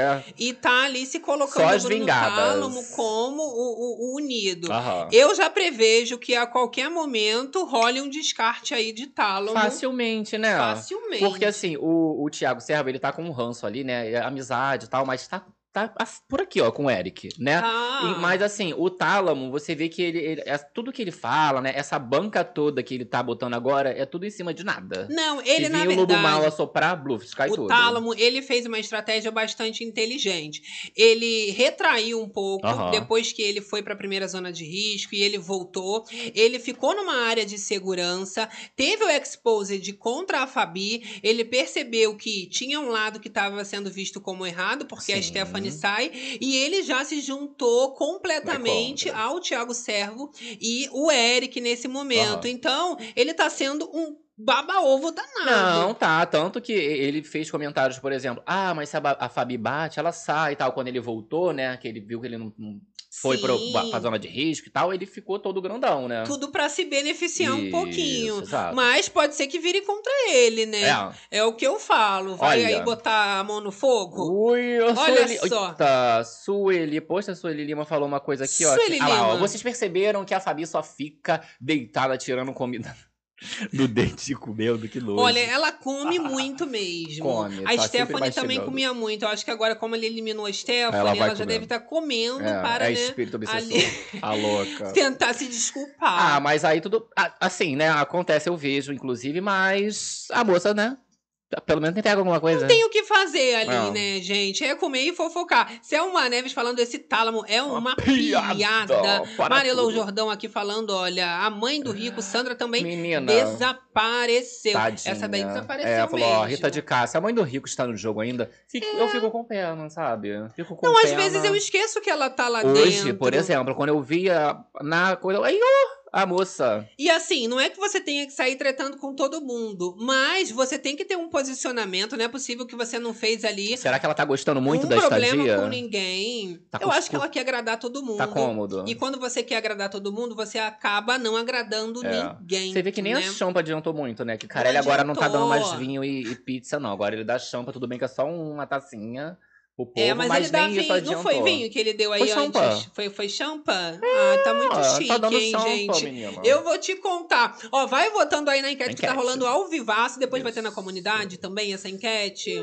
e tá ali se colocando no Bruno Tálamo como o unido. Eu já prevejo que a qualquer momento role um descarte aí de Tálamo. Facilmente, né? Facilmente. Porque assim, o Thiago Servo, ele tá com um ranço ali, né? Amizade e tal, mas tá por aqui, ó, com o Eric, né? Mas assim, o Tálamo, você vê que ele tudo que ele fala, né? Essa banca toda que ele tá botando agora é tudo em cima de nada. Não, ele na verdade... o Lobo Mal assoprar, bluf, cai tudo. O Tálamo, ele fez uma estratégia bastante inteligente. Ele retraiu um pouco depois que ele foi pra primeira zona de risco e ele voltou. Ele ficou numa área de segurança, teve o exposed contra a Fabi, ele percebeu que tinha um lado que estava sendo visto como errado, porque a Stephanie sai, e ele já se juntou completamente ao Thiago Servo e o Eric nesse momento. Então, ele tá sendo um baba-ovo danado. Não, tá. Tanto que ele fez comentários, por exemplo, mas se a Fabi bate, ela sai e tal. Quando ele voltou, né, que ele viu que ele não foi pra zona de risco e tal, ele ficou todo grandão, né? Tudo pra se beneficiar um pouquinho. Exato. Mas pode ser que vire contra ele, né? É o que eu falo. Vai aí botar a mão no fogo? Olha só. Eita, Sueli. Poxa, a Sueli Lima falou uma coisa aqui, ó. Ó, vocês perceberam que a Fabi só fica deitada tirando comida do dente comendo, que nojo. Olha, ela come muito mesmo. A Stephanie também comia muito. Eu acho que agora, como ele eliminou a Stephanie, ela já deve estar comendo para, né? Espírito obsessor. A louca. Tentar se desculpar. Mas aí tudo... Assim, né? Acontece, eu vejo, inclusive, mas a moça, né? Pelo menos pega alguma coisa. Não tem o que fazer ali, né, gente? É comer e fofocar. Selma Neves falando esse Tálamo é uma piada. Marilou Jordão aqui falando, olha, a mãe do Rico, Sandra, também desapareceu. Tadinha. Essa daí desapareceu ela falou, mesmo. Rita de Cássia, a mãe do Rico está no jogo ainda. Eu fico com pena, sabe? Fico com pena. Às vezes eu esqueço que ela tá lá dentro. Hoje, por exemplo, quando eu via na coisa... A moça. E assim, não é que você tenha que sair tretando com todo mundo, mas você tem que ter um posicionamento. Não é possível que você não fez ali. Será que ela tá gostando muito da estadia? Um problema com ninguém. Eu acho que ela quer agradar todo mundo. Tá cômodo. E quando você quer agradar todo mundo, você acaba não agradando ninguém. Você vê que nem a champa adiantou muito, né? Que Carelli agora não tá dando mais vinho e pizza, não. Agora ele dá champa, tudo bem que é só uma tacinha. O povo, mas ele dá vinho, não foi vinho que ele deu aí antes? Foi champa? Tá muito chique, tá dando champa, gente? Menina. Eu vou te contar. Ó, vai votando aí na enquete que tá rolando ao vivaço. Depois vai ter na comunidade também essa enquete.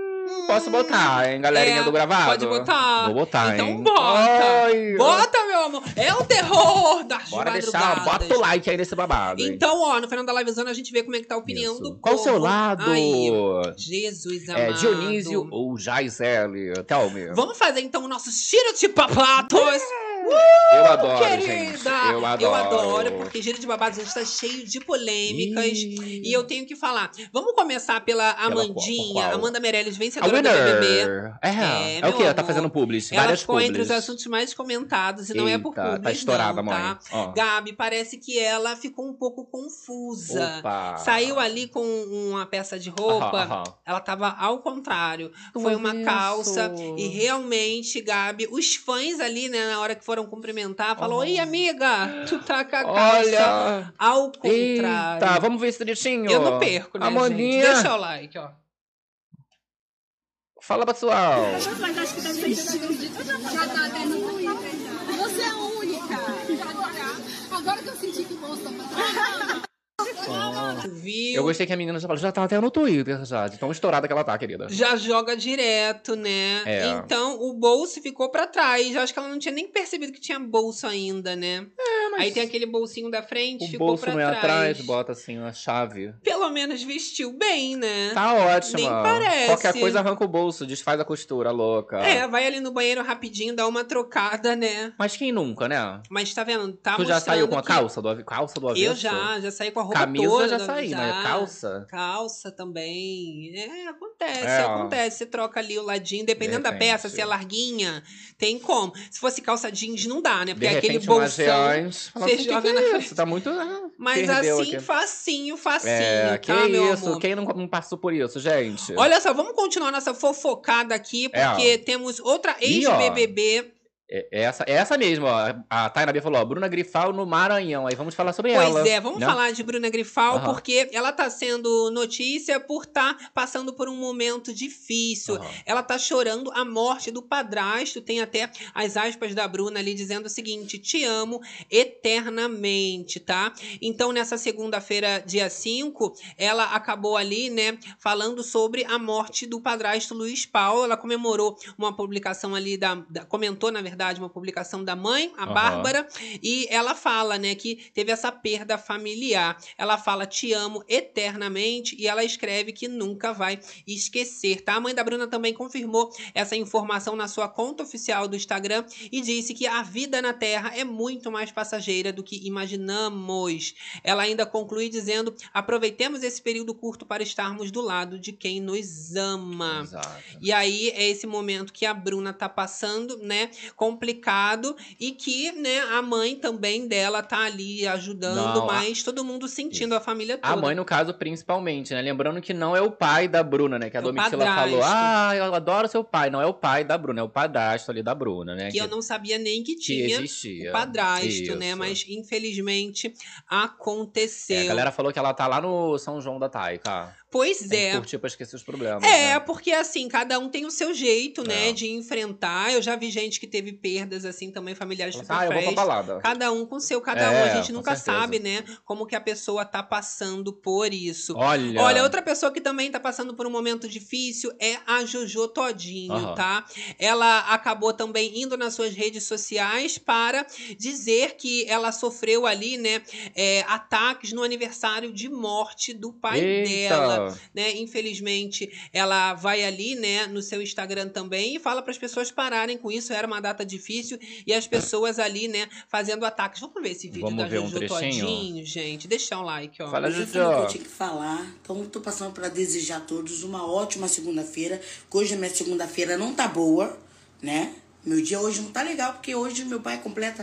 Posso botar, hein, galerinha do gravado? Pode botar. Vou botar, então, hein? Então bota. Bota, meu amor. É o terror das Bora deixar, bota o like aí nesse babado. Então, ó, no final da livezona a gente vê como é que tá a opinião do povo. Qual o seu lado? Aí, Jesus amado. Dionísio ou Jaisele? Tell me. Vamos fazer então o nosso Giro de Papatos. Eu adoro, querida. gente. Eu adoro, porque Giro de Babados está cheio de polêmicas. E eu tenho que falar. Vamos começar pela Amandinha. Amanda Meirelles, vencedora do BBB. É o quê? Ela tá fazendo publis. Ela ficou entre os assuntos mais comentados. E não é por publis, tá estourada, não, tá? Mãe. Gabi, parece que ela ficou um pouco confusa. Opa. Saiu ali com uma peça de roupa. Ela tava ao contrário. Foi uma calça. E realmente, Gabi, os fãs ali, né, na hora que foram cumprimentar, falou: "Oi, amiga, tu tá com a calça ao contrário." Tá, vamos ver esse trechinho. Eu não perco, né, Amandinha. gente? Deixa o like, ó. Fala, pessoal. Mas acho que deve ser já tá até no Twitter. Você é a única. Agora que eu senti que o moço tá passando. Viu? Eu gostei que a menina já tá até no Twitter, já. De tão estourada que ela tá, querida. Já joga direto, né? Então, o bolso ficou pra trás. Eu acho que ela não tinha nem percebido que tinha bolso ainda, né? Mas aí tem aquele bolsinho da frente, ficou bolso pra não é trás. atrás, bota assim uma chave. Pelo menos vestiu bem, né? Tá ótima. Nem parece. Qualquer coisa arranca o bolso, desfaz a costura, louca. Vai ali no banheiro rapidinho, dá uma trocada, né? Mas quem nunca, né? Mas tá vendo? Tá tu já saiu com a calça do avesso? Eu já saí com a roupa camisa toda. Camisa já saí, mas calça? Calça também. Acontece. Você troca ali o ladinho, dependendo da peça, se é larguinha, tem como. Se fosse calça jeans, não dá, né? Porque de aquele repente, bolsão, você joga na frente. Você tá muito... Mas assim, aqui. facinho, que tá, meu isso? amor? Quem não passou por isso, gente? Olha só, vamos continuar nossa fofocada aqui, porque temos outra ex-BBB... Essa mesmo, ó. A Tayna B falou, ó, Bruna Grifal no Maranhão. Aí vamos falar sobre ela. Pois é, vamos falar de Bruna Grifal, porque ela tá sendo notícia por tá passando por um momento difícil. Ela tá chorando a morte do padrasto. Tem até as aspas da Bruna ali dizendo o seguinte: te amo eternamente, tá? Então, nessa segunda-feira, dia 5, ela acabou ali, né, falando sobre a morte do padrasto Luiz Paulo. Ela comemorou uma publicação ali comentou, na verdade, uma publicação da mãe, a Bárbara, e ela fala, né, que teve essa perda familiar. Ela fala, te amo eternamente, e ela escreve que nunca vai esquecer, tá? A mãe da Bruna também confirmou essa informação na sua conta oficial do Instagram e disse que a vida na Terra é muito mais passageira do que imaginamos. Ela ainda conclui dizendo, aproveitemos esse período curto para estarmos do lado de quem nos ama. Exato. E aí, é esse momento que a Bruna tá passando, né, complicado, e que, né, a mãe também dela tá ali ajudando, mas todo mundo sentindo, a família toda. A mãe, no caso, principalmente, né? Lembrando que não é o pai da Bruna, né? Que a Domitila falou, eu adoro seu pai. Não é o pai da Bruna, é o padrasto ali da Bruna, né? Que eu não sabia nem que tinha o padrasto, né? Mas, infelizmente, aconteceu. A galera falou que ela tá lá no São João da Taica. Pois tem que curtir pra esquecer os problemas. né? Porque assim, cada um tem o seu jeito, né, de enfrentar. Eu já vi gente que teve perdas, assim, também familiares de eu vou pra balada. Cada um com o seu, cada um. A gente nunca sabe, né, como que a pessoa tá passando por isso. Olha, outra pessoa que também tá passando por um momento difícil é a Jojo Todinho, tá? Ela acabou também indo nas suas redes sociais para dizer que ela sofreu ali, né, ataques no aniversário de morte do pai dela. Né? Infelizmente, ela vai ali, né, no seu Instagram também e fala para as pessoas pararem com isso. Era uma data difícil e as pessoas ali, né, fazendo ataques. Vamos ver esse vídeo da Jojo Todinho, gente. Deixa um like, ó. Fala, Jojo. Eu tinha que falar. Então, tô passando para desejar a todos uma ótima segunda-feira. Hoje a minha segunda-feira não tá boa, né? Meu dia hoje não tá legal, porque hoje meu pai completa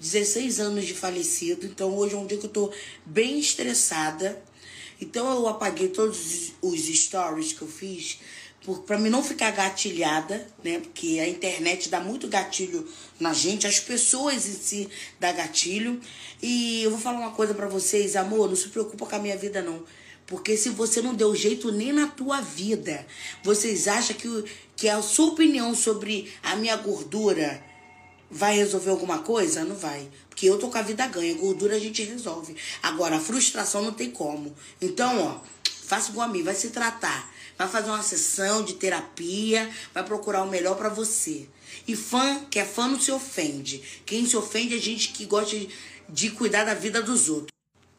16 anos de falecido. Então, hoje é um dia que eu tô bem estressada. Então eu apaguei todos os stories que eu fiz pra mim não ficar gatilhada, né? Porque a internet dá muito gatilho na gente, as pessoas em si dá gatilho. E eu vou falar uma coisa pra vocês, amor, não se preocupa com a minha vida não. Porque se você não deu jeito nem na tua vida, vocês acham que a sua opinião sobre a minha gordura vai resolver alguma coisa? Não vai. Porque eu tô com a vida ganha. Gordura a gente resolve. Agora, a frustração não tem como. Então, ó, faça igual a mim. Vai se tratar. Vai fazer uma sessão de terapia. Vai procurar o melhor pra você. E que é fã não se ofende. Quem se ofende é gente que gosta de cuidar da vida dos outros.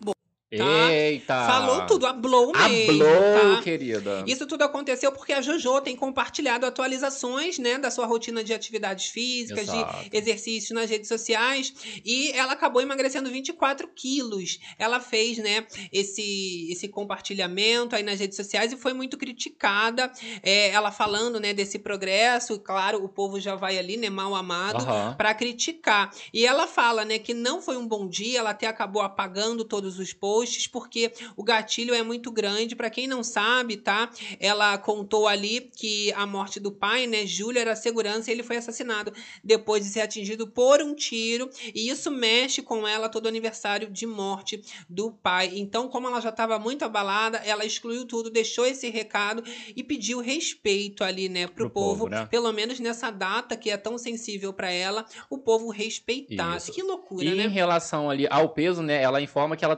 Tá? Eita! Falou tudo, hablou mesmo, tá? Querida. Isso tudo aconteceu porque a Jojo tem compartilhado atualizações, né, da sua rotina de atividades físicas, de exercícios nas redes sociais, e ela acabou emagrecendo 24 quilos. Ela fez, né, esse compartilhamento aí nas redes sociais e foi muito criticada, ela falando, né, desse progresso, e claro, o povo já vai ali, né, mal amado, pra criticar. E ela fala, né, que não foi um bom dia, ela até acabou apagando todos os posts, porque o gatilho é muito grande. Para quem não sabe, tá? Ela contou ali que a morte do pai, né, Júlio, era segurança e ele foi assassinado depois de ser atingido por um tiro, e isso mexe com ela todo aniversário de morte do pai. Então, como ela já estava muito abalada, ela excluiu tudo, deixou esse recado e pediu respeito ali, né, pro povo, né? Pelo menos nessa data que é tão sensível para ela, o povo respeitasse. Que loucura, né? E em relação ali ao peso, né, ela informa que ela também não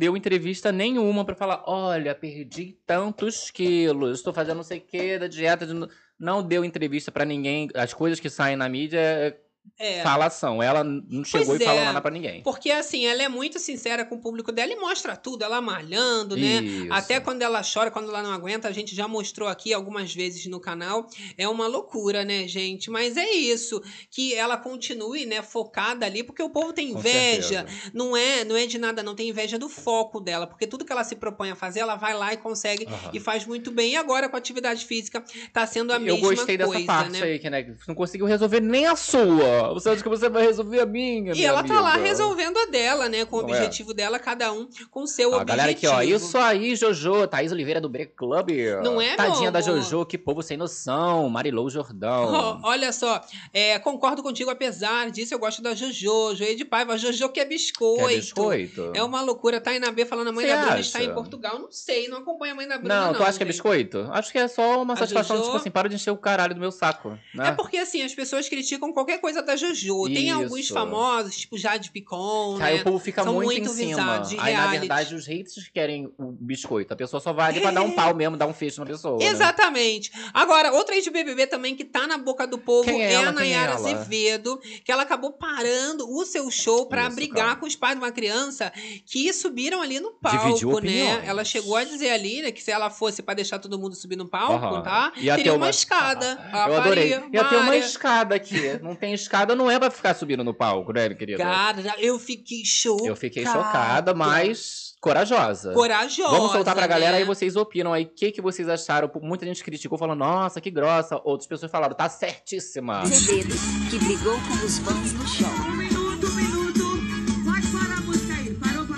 deu entrevista nenhuma pra falar, olha, perdi tantos quilos, estou fazendo não sei o que da dieta. Não deu entrevista pra ninguém. As coisas que saem na mídia falação. Ela não chegou e falou nada pra ninguém. Porque, assim, ela é muito sincera com o público dela e mostra tudo. Ela malhando, né? Isso. Até quando ela chora, quando ela não aguenta. A gente já mostrou aqui algumas vezes no canal. É uma loucura, né, gente? Mas é isso. Que ela continue, né, focada ali. Porque o povo tem inveja. Não é de nada, não. Tem inveja do foco dela. Porque tudo que ela se propõe a fazer, ela vai lá e consegue. E faz muito bem. E agora, com a atividade física, tá sendo a mesma coisa. Eu gostei dessa parte, né? Aí, que, né, não conseguiu resolver nem a sua. Você acha que você vai resolver a minha? E ela amiga. Tá lá resolvendo a dela, né? Com o objetivo dela, cada um com o seu objetivo. Galera aqui, ó. Isso aí, Jojo. Thaís Oliveira do Break Club. Não é, Tadinha da Jojo, que povo sem noção. Marilou Jordão. Olha só, concordo contigo, apesar disso, eu gosto da Jojo. Joê de Paiva, Jojo que é biscoito. Que é biscoito? É uma loucura. Tainá B falando, a mãe da Bruna está em Portugal. Não sei, não acompanho a mãe da Bruna, não. Tu acha que é biscoito? Acho que é só uma satisfação, tipo assim, para de encher o caralho do meu saco, né? É porque, assim, as pessoas criticam qualquer coisa da Jojo. Tem alguns famosos, tipo Jade Picon, né? Aí o povo fica São muito em cima. Aí, na verdade, os haters querem o biscoito. A pessoa só vai ali pra dar um pau mesmo, dar um fecho na pessoa. Exatamente. Né? Agora, outra ex-BBB também que tá na boca do povo é a Nayara Azevedo, que ela acabou parando o seu show pra brigar com os pais de uma criança que subiram ali no palco, né? Ela chegou a dizer ali, né, que se ela fosse pra deixar todo mundo subir no palco, tá? Teria uma escada. Eu adorei. Ia ter uma escada aqui. Não tem escada, não é pra ficar subindo no palco, né, querida? Cara, eu fiquei chocada. Eu fiquei chocada, mas corajosa. Corajosa. Vamos soltar pra galera, aí vocês opinam aí o que vocês acharam. Muita gente criticou, falando, nossa, que grossa. Outras pessoas falaram, tá certíssima. Azevedo, que brigou com os fãs no show. Um minuto. Pode parar a música aí.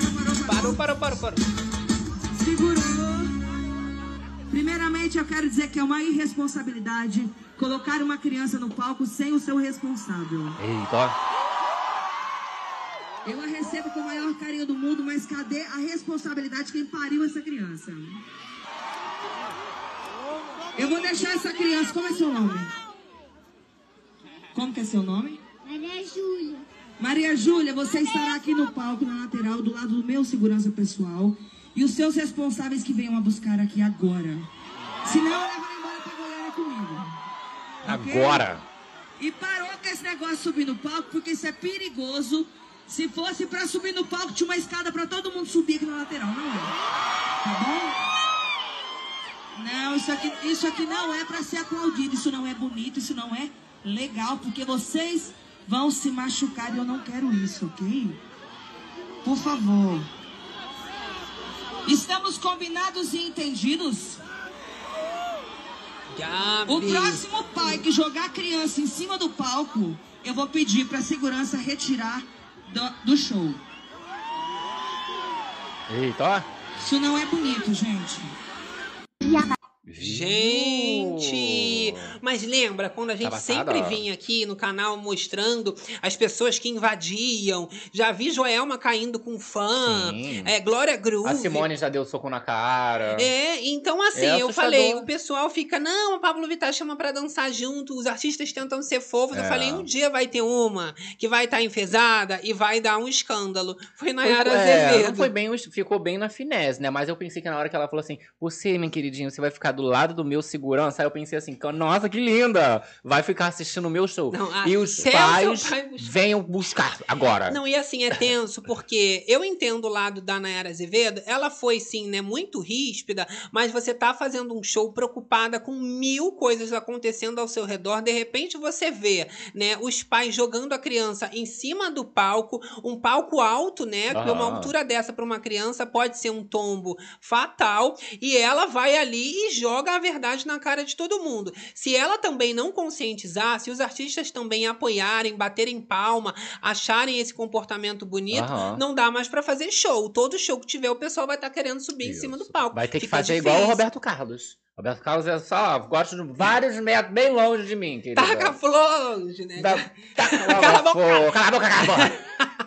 Parou. Segurou. Primeiramente, eu quero dizer que é uma irresponsabilidade colocar uma criança no palco sem o seu responsável. Eita. Eu a recebo com o maior carinho do mundo, mas cadê a responsabilidade de quem pariu essa criança? Eu vou deixar essa criança... Como é seu nome? Como que é seu nome? Maria Júlia. Maria Júlia, você estará aqui no palco, na lateral, do lado do meu segurança pessoal. E os seus responsáveis que venham a buscar aqui agora. Senão, eu levo ela embora pra Goiânia comigo. Agora? Okay? E parou com esse negócio de subir no palco, porque isso é perigoso. Se fosse pra subir no palco, tinha uma escada pra todo mundo subir aqui na lateral, não é? Tá bom? Não, isso aqui não é pra ser aplaudido, isso não é bonito, isso não é legal, porque vocês vão se machucar e eu não quero isso, ok? Por favor. Estamos combinados e entendidos? Gabi. O próximo pai que jogar a criança em cima do palco, eu vou pedir pra segurança retirar do show. Eita. Isso não é bonito, gente. Gente, mas lembra quando a gente sempre vinha aqui no canal mostrando as pessoas que invadiam? Já vi Joelma caindo com fã, Glória Groove. A Simone já deu soco na cara. Então assim, eu falei, o pessoal fica, não, a Pablo Vittar chama pra dançar junto, os artistas tentam ser fofos. Eu falei, um dia vai ter uma que vai estar enfesada e vai dar um escândalo. Foi Nayara Azevedo. Não foi bem, ficou bem na finesse, né? Mas eu pensei que na hora que ela falou assim, você, minha queridinha, você vai ficar do lado do meu segurança. Aí eu pensei assim, nossa, que linda! Vai ficar assistindo o meu show. Não, e os pais venham buscar agora. Não, e assim, é tenso, porque eu entendo o lado da Nayara Azevedo, ela foi, sim, né, muito ríspida, mas você tá fazendo um show preocupada com 1000 coisas acontecendo ao seu redor, de repente você vê, né, os pais jogando a criança em cima do palco, um palco alto, né, porque uma altura dessa para uma criança pode ser um tombo fatal, e ela vai ali e joga a verdade na cara de todo mundo. Se ela também não conscientizar, se os artistas também apoiarem, baterem palma, acharem esse comportamento bonito, não dá mais pra fazer show. Todo show que tiver, o pessoal vai estar querendo subir em cima do palco. Vai ter que fazer igual o Roberto Carlos. Roberto Carlos é só, gosto de vários metros bem longe de mim, querida. Taca flor longe, né? Cala a boca! Cala a boca!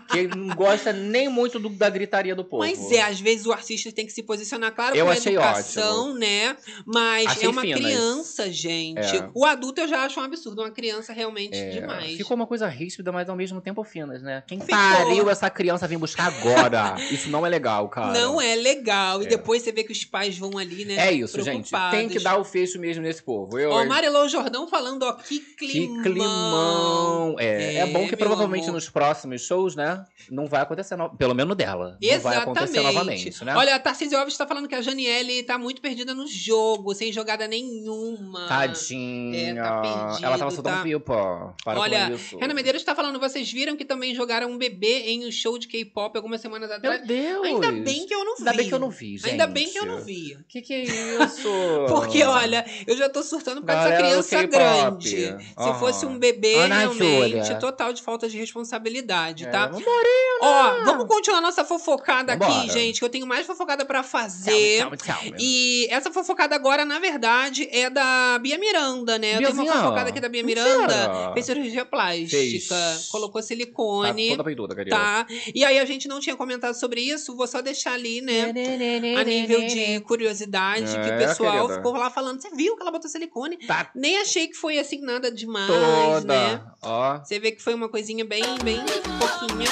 Que não gosta nem muito da gritaria do povo. Mas às vezes o artista tem que se posicionar, claro, Eu com achei educação, ótimo. né? Mas Achei é uma finas. criança, gente. O adulto eu já acho um absurdo, uma criança realmente demais. Ficou uma coisa ríspida, mas ao mesmo tempo finas, né? Quem pariu essa criança vir buscar agora? Isso não é legal, cara. Não é legal. E depois você vê que os pais vão ali, né? É isso, gente. Tem que dar o fecho mesmo nesse povo. Ó, Marilou Jordão falando, ó, que climão. Que climão. É bom que provavelmente amor. nos próximos shows, né? Não vai acontecer, pelo menos dela. Exatamente. Não vai acontecer novamente, né? Olha, a Tarcísio Alves tá falando que a Janiele tá muito perdida no jogo, sem jogada nenhuma. Tadinha. Tá perdida. Ela tava soltando pipa. Para Olha, com isso. Renan Medeiros tá falando, vocês viram que também jogaram um bebê em um show de K-pop algumas semanas atrás? Meu Deus. Ainda bem que eu não vi. Ainda bem que eu não vi, gente. Ainda bem que eu não vi. Que é isso? Porque, olha, eu já tô surtando por causa dessa criança grande. Se fosse um bebê, realmente, total de falta de responsabilidade, tá? Ó, vamos continuar nossa fofocada aqui, gente, que eu tenho mais fofocada pra fazer. Tchau. E essa fofocada agora, na verdade, é da Bia Miranda, né? Eu tenho uma fofocada aqui da Bia Miranda. Fez cirurgia plástica, colocou silicone. Tá toda peituda, querida. Tá. E aí a gente não tinha comentado sobre isso, vou só deixar ali, né? A nível de curiosidade, que o pessoal ficou lá falando, você viu que ela botou silicone? Tá. Nem achei que foi assim nada demais, né? Ó. Você vê que foi uma coisinha bem pouquinha.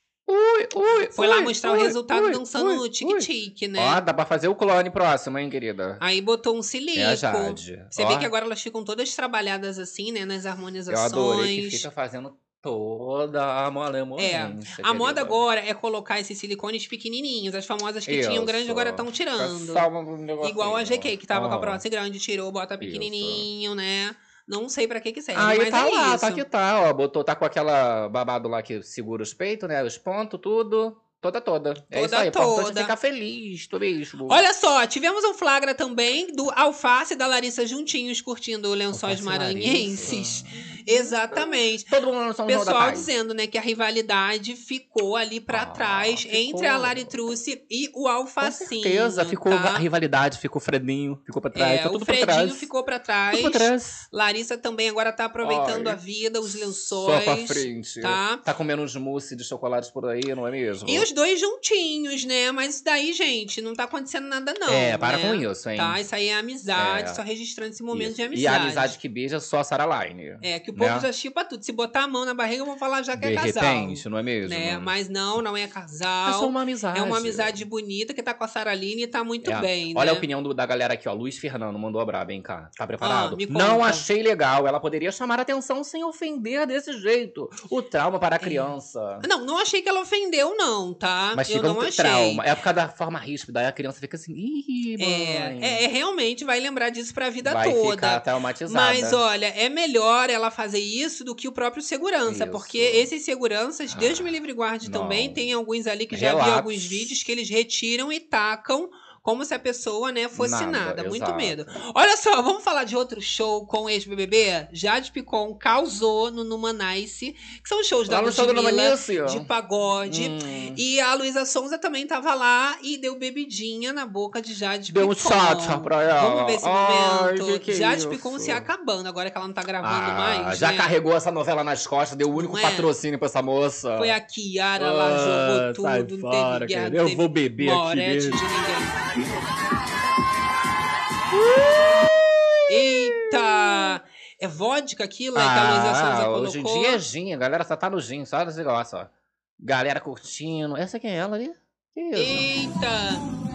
Foi lá mostrar o resultado dançando no tique-tique, né? Ó, dá pra fazer o clone próximo, hein, querida? Aí botou um silico. É a Jade. Você vê que agora elas ficam todas trabalhadas assim, né? Nas harmonizações. Eu adorei que fica fazendo toda a malemolência. A moda agora é colocar esses silicones pequenininhos. As famosas que tinham grande agora estão tirando. Igual a GK, que tava com a prótese grande, tirou, bota pequenininho, né? Não sei pra que serve, aí mas tá lá, isso. tá que tá, ó. Botou, tá com aquela babado lá que segura os peitos, né? Os pontos, tudo. Toda. É isso aí, importante ficar feliz, tudo mesmo. Olha só, tivemos um flagra também do Alface e da Larissa juntinhos curtindo Lençóis Maranhenses. Exatamente. Todo mundo no pessoal dizendo, né, que a rivalidade ficou ali pra trás entre a Laritruce e o Alfacinho. Com certeza, ficou a rivalidade, ficou o Fredinho, ficou pra trás. O Fredinho ficou pra trás. Ficou pra trás. Larissa também agora tá aproveitando a vida, os lençóis. Só pra frente. Tá comendo uns mousse de chocolates por aí, não é mesmo? E os dois juntinhos, né? Mas isso daí, gente, não tá acontecendo nada, não. Para né? com isso, hein? Tá, isso aí é amizade, só registrando esse momento de amizade. E a amizade que beija só a Sarah Line. Que o povo já chipa tudo. Se botar a mão na barriga, vão falar já que é casal. De repente, não é mesmo? Né? Mas não é casal. É só uma amizade. É uma amizade bonita que tá com a Sarah Line e tá muito bem, Olha né? a opinião da galera aqui, ó. Luiz Fernando mandou a braba, hein, cá. Tá preparado? Me conta. Não achei legal. Ela poderia chamar a atenção sem ofender desse jeito. O trauma para a criança. Não achei que ela ofendeu, não, tá? Mas eu fica não um achei. trauma. É por causa da forma ríspida. Aí a criança fica assim, ih, mãe. Realmente vai lembrar disso pra vida vai toda. Vai ficar traumatizada. Mas, olha, é melhor ela fazer isso do que o próprio segurança. Isso. Porque esses seguranças, Deus me livre e guarde também, tem alguns ali que já vi alguns vídeos que eles retiram e tacam como se a pessoa, né, fosse nada. Muito medo. Olha só, vamos falar de outro show com ex-BBB? Jade Picon causou no Numanice, que são shows da Ludmilla, de pagode. E a Luísa Sonza também tava lá e deu bebidinha na boca de Jade Picon. Deu um shot pra ela. Vamos ver esse momento. Que Jade Picon se acabando, agora que ela não tá gravando mais, já né? carregou essa novela nas costas, deu o único patrocínio pra essa moça. Foi a Kiara lá, jogou tudo, sai não fora, teve guerra, eu vou beber aqui mesmo. de ninguém. Eita! É vodka aquilo que a Luísa Sonza colocou? Hoje em dia é gin, a galera só tá no gin, só desse negócio, ó. Galera curtindo. Essa aqui é ela ali? Que isso? Eita!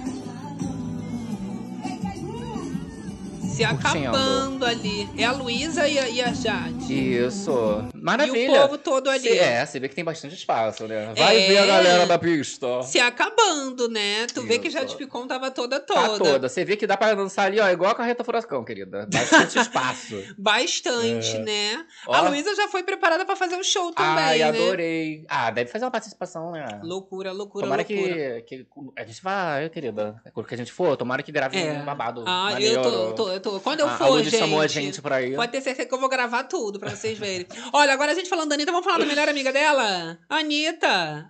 Se acabando ali. É a Luísa e a Jade. Isso. Maravilha. E o povo todo ali. Você vê que tem bastante espaço, né? Vai ver a galera da pista. Se acabando, né? Tu vê que Jade Picon tava toda. Tá toda. Você vê que dá pra dançar ali, ó, igual a Carreta Furacão, querida. Bastante espaço. Bastante, né? Ó. A Luísa já foi preparada pra fazer o show também, né? Adorei. Deve fazer uma participação, né? Loucura. Tomara que a gente vai, querida. Quando que a gente for, tomara que grave um babado. Eu Quando eu A for, Lud chamou a gente pra ir. pode ter certeza que eu vou gravar tudo pra vocês verem. Olha, agora a gente falando da Anitta, vamos falar da melhor amiga dela? Anitta.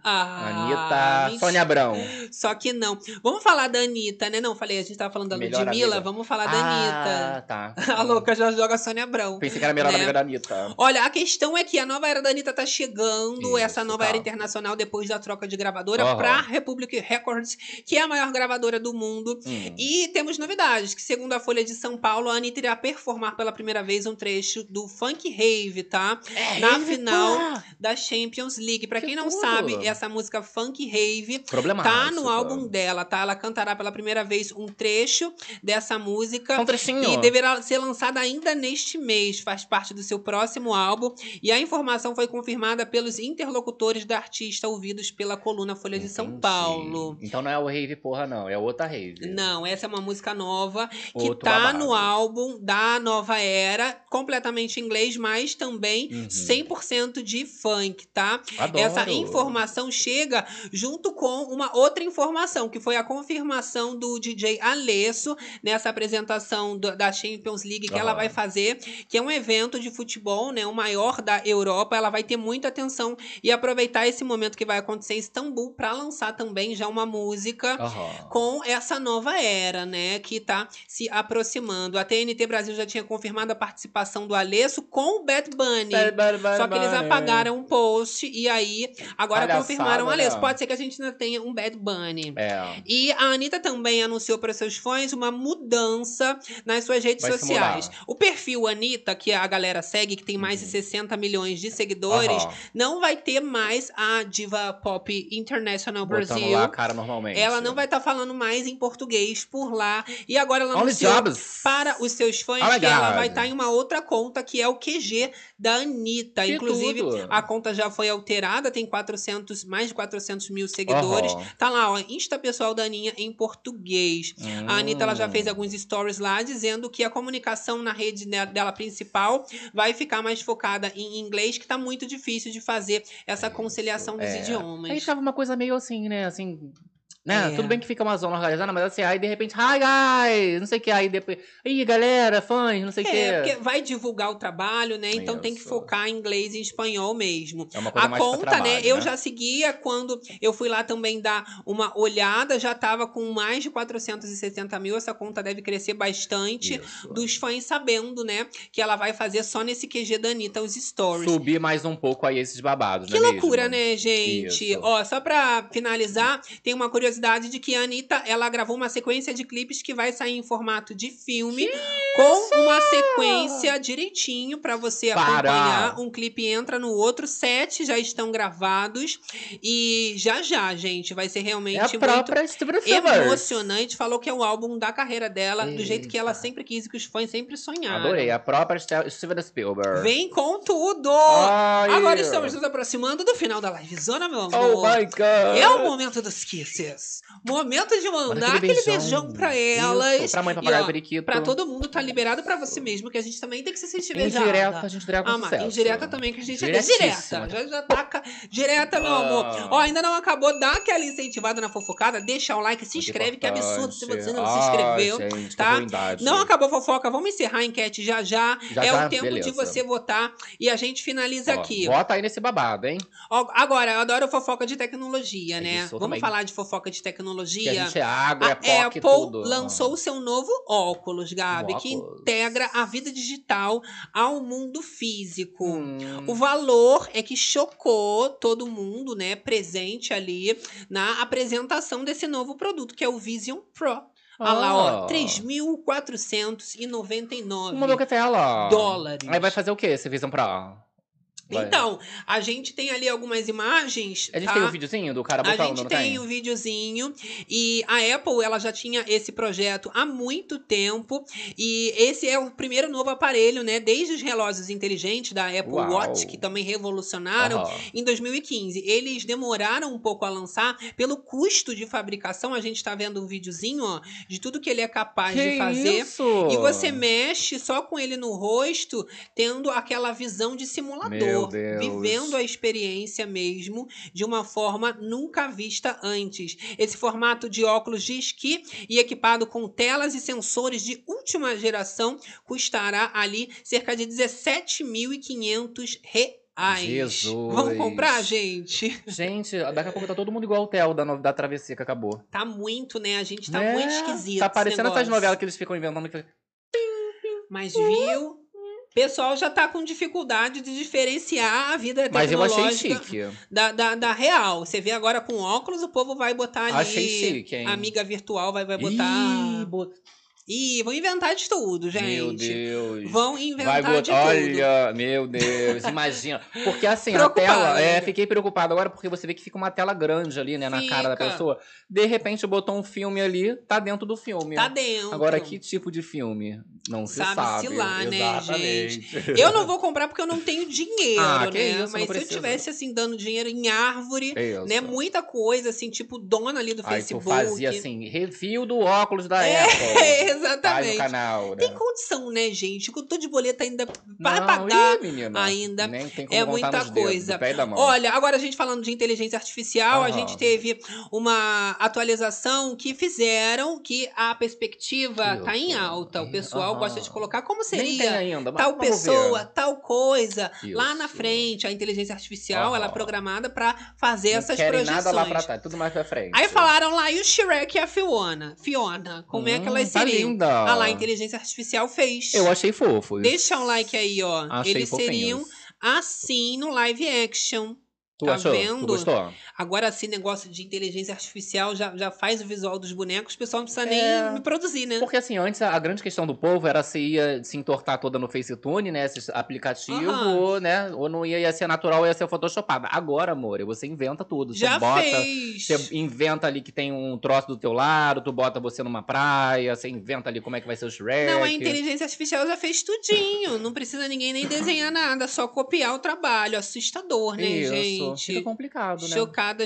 Anitta, Sônia Abrão. Só que não. Vamos falar da Anitta, né? Não, falei, a gente tava falando da Melhor Ludmilla, amiga. vamos falar da Anitta. Tá. A louca já joga a Sônia Abrão. Pensei que era a melhor amiga da Anitta. Olha, a questão é que a nova era da Anitta tá chegando, essa nova era internacional depois da troca de gravadora pra Republic Records, que é a maior gravadora do mundo. E temos novidades, que segundo a Folha de São Paulo, a Anitta irá performar pela primeira vez um trecho do Funk Rave, tá? Na final da Champions League. Pra quem não sabe, essa música Funk Rave tá no álbum dela, tá? Ela cantará pela primeira vez um trecho dessa música. Um trechinho. E deverá ser lançada ainda neste mês. Faz parte do seu próximo álbum. E a informação foi confirmada pelos interlocutores da artista ouvidos pela coluna Folha de São Paulo. Então não é o Rave, porra, não. É outra Rave. Não, essa é uma música nova que tá no álbum da nova era, completamente em inglês, mas também 100% de funk, tá? Adoro. Essa informação chega junto com uma outra informação, que foi a confirmação do DJ Alesso nessa apresentação da Champions League que ela vai fazer, que é um evento de futebol, né, o maior da Europa. Ela vai ter muita atenção e aproveitar esse momento que vai acontecer em Istambul para lançar também já uma música com essa nova era, né, que tá se aproximando. A TNT Brasil já tinha confirmado a participação do Alesso com o Bad Bunny. Só que eles apagaram um post e aí agora confirmaram o Alesso. Pode ser que a gente ainda tenha um Bad Bunny. E a Anitta também anunciou para seus fãs uma mudança nas suas redes sociais. O perfil Anitta, que a galera segue, que tem mais de 60 milhões de seguidores, não vai ter mais a diva pop International Brasil. Lá a cara normalmente. Ela não vai estar falando mais em português por lá. E agora ela anunciou para os seus fãs que ela vai estar em uma outra conta, que é o QG da Anitta. Inclusive, a conta já foi alterada, tem mais de 400 mil seguidores. Tá lá, ó, Insta pessoal da Aninha em português. A Anitta, ela já fez alguns stories lá, dizendo que a comunicação na rede dela principal vai ficar mais focada em inglês, que tá muito difícil de fazer essa conciliação dos idiomas. Aí ficava uma coisa meio assim, né, assim... Né? Tudo bem que fica uma zona organizada, mas assim, aí de repente, hi guys, não sei o que, aí depois, ih galera, fãs, não sei o que. Porque vai divulgar o trabalho, né? Então tem que focar em inglês e espanhol mesmo. É uma coisa mais conta, pra trabalho, né? Eu já seguia quando eu fui lá também dar uma olhada, já tava com mais de 460 mil. Essa conta deve crescer bastante dos fãs sabendo, né? Que ela vai fazer só nesse QG da Anitta os stories. Subir mais um pouco aí esses babados, Que loucura, né, gente? Ó, só pra finalizar, tem uma curiosidade de que a Anitta, ela gravou uma sequência de clipes que vai sair em formato de filme, com uma sequência direitinho pra você acompanhar. Um clipe entra no outro, 7 já estão gravados e já, gente, vai ser realmente muito emocionante. Falou que é o álbum da carreira dela, do jeito que ela sempre quis e que os fãs sempre sonharam. Adorei, a própria Steven Spielberg. Vem com tudo! Agora estamos nos aproximando do final da livezona, meu amor. Oh my God! É o momento dos kisses. Momento de mandar aquele beijão pra elas. Isso, pra mãe, papagaio, periquito. Pra todo mundo, tá liberado pra você mesmo, que a gente também tem que se sentir beijada. Indireta, a gente direta com sucesso. Indireta também, que a gente é direta. Já taca direta, meu amor. Ó, ainda não acabou, dá aquela incentivada na fofocada, deixa o like, se inscreve, que é absurdo se você não se inscreveu, gente, tá? Não acabou a fofoca, vamos encerrar a enquete já. É o tempo de você votar e a gente finaliza aqui. Vota aí nesse babado, hein? Agora, eu adoro fofoca de tecnologia, né? Vamos falar de fofoca de tecnologia. Que a gente é água, é POC, Apple tudo. lançou o seu novo óculos, Gabi, que integra a vida digital ao mundo físico. O valor é que chocou todo mundo, né, presente ali na apresentação desse novo produto, que é o Vision Pro. Olha lá, ó, 3.499 uma boquetela. dólares. Aí vai fazer o que esse Vision Pro? Então, a gente tem ali algumas imagens. A gente tem um videozinho do cara botando, A gente tem um videozinho. E a Apple, ela já tinha esse projeto há muito tempo. E esse é o primeiro novo aparelho, né? Desde os relógios inteligentes da Apple Watch, que também revolucionaram, em 2015. Eles demoraram um pouco a lançar pelo custo de fabricação. A gente tá vendo um videozinho, ó, de tudo que ele é capaz de fazer. Isso? E você mexe só com ele no rosto, tendo aquela visão de simulador. Salvador, vivendo a experiência mesmo de uma forma nunca vista antes. Esse formato de óculos de esqui e equipado com telas e sensores de última geração custará ali cerca de R$17.500. Jesus. Vamos comprar, gente? Gente, daqui a pouco tá todo mundo igual o Theo da Travessia que acabou. Tá muito, né? A gente tá muito esquisito. Tá parecendo essas novelas que eles ficam inventando. Mas viu? O pessoal já tá com dificuldade de diferenciar a vida tecnológica. Mas eu achei chique. Da real. Você vê agora com óculos, o povo vai botar ali. Achei chique, hein? Amiga virtual vai botar. Ih, vão inventar de tudo, gente. Meu Deus. Vão inventar de tudo. Olha, meu Deus, imagina. Porque assim, a tela... fiquei preocupado agora porque você vê que fica uma tela grande ali, né, na cara da pessoa. De repente botou um filme ali, tá dentro do filme. Tá dentro. Agora, que tipo de filme? Não se sabe. Sabe-se lá, Exatamente. Né, gente? Eu não vou comprar porque eu não tenho dinheiro, né? Isso, mas se eu tivesse, assim, dando dinheiro em árvore, né? Muita coisa, assim, tipo dona ali do Facebook. Tu fazia, assim, review do óculos da Apple. Exatamente. No canal, né? Tem condição, né, gente? Eu tô de boleta ainda para pagar. Menina, ainda nem tem como é muita coisa. Olha, agora a gente falando de inteligência artificial, a gente teve uma atualização que fizeram que a perspectiva tá em alta. O pessoal gosta de colocar como seria ainda, tal pessoa, tal coisa. Lá na frente, a inteligência artificial, ela é programada para fazer essas projeções. Nada lá pra trás, tudo mais pra frente. Aí falaram lá, e o Shrek e a Fiona? Como é que elas seriam? Linda. Ah lá, a inteligência artificial fez. Eu achei fofo. Deixa um like aí, ó. Achei Eles seriam assim no live action. Tu tá achou? vendo? Tu gostou? Agora, esse negócio de inteligência artificial já faz o visual dos bonecos, o pessoal não precisa nem me produzir, né? Porque assim, antes a grande questão do povo era se ia se entortar toda no FaceTune, né? Esse aplicativo, ou, né? Ou não ia ser natural, ia ser photoshopada. Agora, amor, você inventa tudo. Já fez! Você inventa ali que tem um troço do teu lado, tu bota você numa praia, você inventa ali como é que vai ser o Shrek. Não, a inteligência artificial já fez tudinho. Não precisa ninguém nem desenhar nada, só copiar o trabalho. Assustador, né, gente? Fica complicado, né?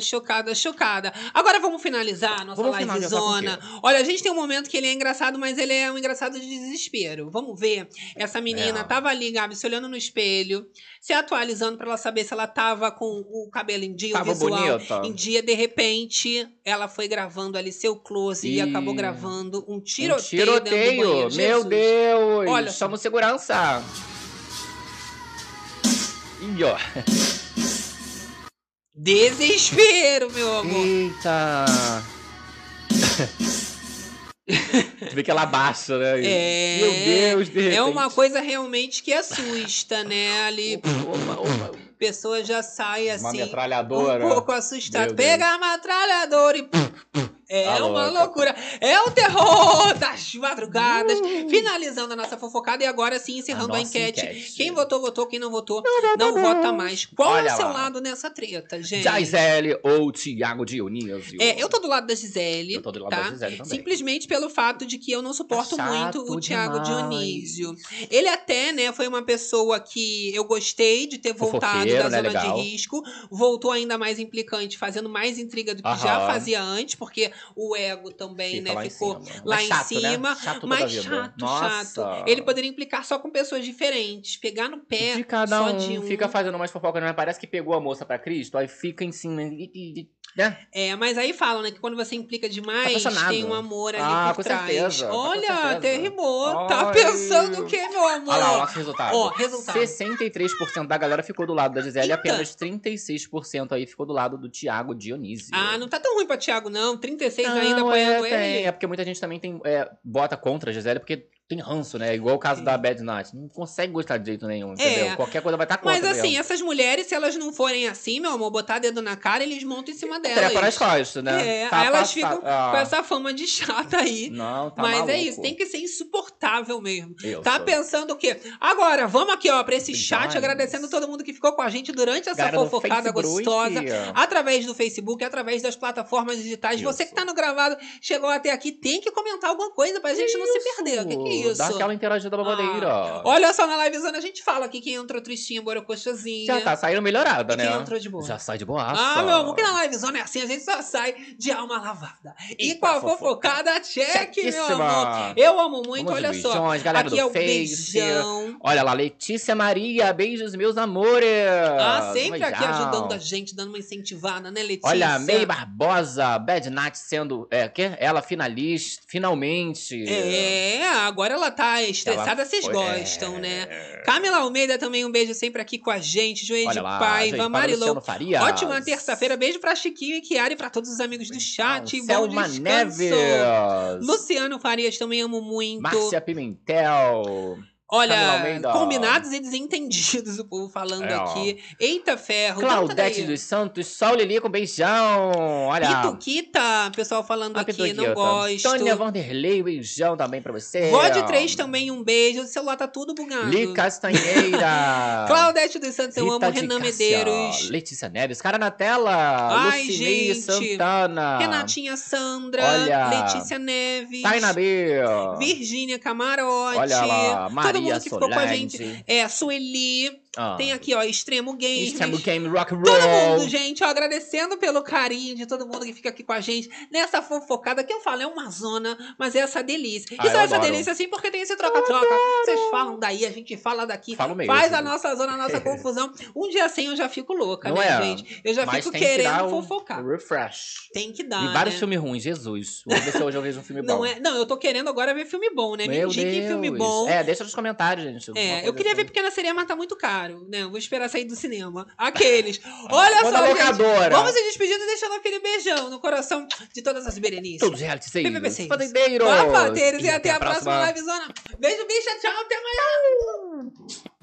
Chocada. Agora vamos finalizar a nossa livezona. Olha, a gente tem um momento que ele é engraçado, mas ele é um engraçado de desespero. Vamos ver. Essa menina tava ali, Gabi, se olhando no espelho, se atualizando pra ela saber se ela tava com o cabelo em dia, o visual em dia. De repente, ela foi gravando ali seu close e acabou gravando um tiroteio dentro do banheiro. Meu Deus! Olha, chama segurança. Ih, ó. Desespero, meu amor. Eita. Tu vê que ela baixa, né? Meu Deus, de repente. É uma coisa realmente que assusta, né? Ali, a pessoa já sai assim, uma metralhadora. um pouco assustada. Pega a metralhadora e... É uma loucura. É o terror das madrugadas. Finalizando a nossa fofocada e agora sim encerrando a enquete. Quem votou, votou. Quem não votou, não vota mais. Qual é o seu lado nessa treta, gente? Gisele ou Thiago Dionísio? Eu tô do lado da Gisele. Eu tô do lado da Gisele também. Simplesmente pelo fato de que eu não suporto muito o Thiago Dionísio. Ele até, né, foi uma pessoa que eu gostei de ter voltado da zona de risco. Voltou ainda mais implicante, fazendo mais intriga do que já fazia antes, porque o ego também, né, ficou lá em cima. Né? Chato mas chato. Ele poderia implicar só com pessoas diferentes, pegar no pé de cada só um, de um. Fica fazendo umas fofocas, mas parece que pegou a moça pra Cristo, aí fica em cima, né? Mas aí falam, né, que quando você implica demais, tem um amor ali por trás. Certeza, olha, até rimou. Tá pensando o que, meu amor? Olha lá o nosso resultado. Resultado. 63% da galera ficou do lado da Gisele e apenas 36% aí ficou do lado do Thiago Dionísio. Não tá tão ruim pra Thiago, não. 36 ainda apoiando ele. É porque muita gente também bota contra a Gisele, porque tem ranço, né? Igual o caso da Bad Night. Não consegue gostar de jeito nenhum, entendeu? Qualquer coisa vai estar contra. Mas assim, essas mulheres, se elas não forem assim, meu amor, botar dedo na cara, eles montam em cima delas. Trepa nas costas, né? Aí elas ficam com essa fama de chata aí. Não, tá Mas maluco. é isso, tem que ser insuportável mesmo. Tá pensando o quê? Agora, vamos aqui, ó, pra esse chat, agradecendo todo mundo que ficou com a gente durante essa fofocada gostosa, através do Facebook, através das plataformas digitais. Você que tá no gravado, chegou até aqui, tem que comentar alguma coisa pra gente não se perder. O que é isso. Dá aquela interagida babadeira. Olha só, na livezona a gente fala aqui quem entrou tristinha, borocochazinha. Já tá saindo melhorada, e né? Quem entrou de boa. Já sai de boaça. Meu amor, que na livezona é assim, a gente só sai de alma lavada. E com a fofocada, check, meu amor. Eu amo muito, olha só. Aqui é o beijão. Olha lá, Letícia Maria, beijos, meus amores. Sempre aqui ajudando a gente, dando uma incentivada, né, Letícia? Olha, May Barbosa, Bad Night sendo, ela finalista, finalmente. Agora ela tá estressada, vocês gostam, né? Camila Almeida também, um beijo sempre aqui com a gente. Joê de Paiva, Marilou. Ótima terça-feira, beijo pra Chiquinho e Chiara e pra todos os amigos do chat. Bom descanso. Neves. Luciano Farias, também amo muito. Márcia Pimentel. Olha, combinados e desentendidos, o povo falando aqui. Eita ferro. Claudete dos Santos, Sol Lili com beijão. Olha. Pituquita, pessoal falando aqui, não gosto. Tônia Vanderlei, beijão também pra você. Vode 3 também, um beijo. O celular tá tudo bugado. Li Castanheira. Claudete dos Santos, eu amo. Renan Medeiros. Letícia Neves, cara na tela. Lucinei Santana. Renatinha Sandra. Olha. Letícia Neves. Taina B. Virgínia Camarote. Olha lá, todo mundo que ficou com a gente. Sueli. Tem aqui, Extremo Games. Extremo Game Rock Roll. Todo mundo, gente, agradecendo pelo carinho de todo mundo que fica aqui com a gente nessa fofocada que eu falo, é uma zona, mas é essa delícia. E só essa delícia assim porque tem esse troca-troca. Vocês falam daí, a gente fala daqui. Faz a nossa zona, a nossa confusão. Um dia assim eu já fico louca, não né, gente? Eu já fico querendo fofocar. Refresh. Tem que dar, E vários filmes ruins, Jesus. Vou ver se hoje eu vejo um filme bom. Não, eu tô querendo agora ver filme bom, né? Me indiquem filme bom. Deixa nos comentários, gente. Eu queria ver Pequena Sereia, mas tá muito caro, né? Eu vou esperar sair do cinema. Aqueles. Olha só, gente. Vamos se despedindo e deixando aquele beijão no coração de todas as Berenices. Todos os reality PPP6. Fazendeiros. Papateiros. E até a próxima livezona. Beijo, bicha. Tchau. Até amanhã.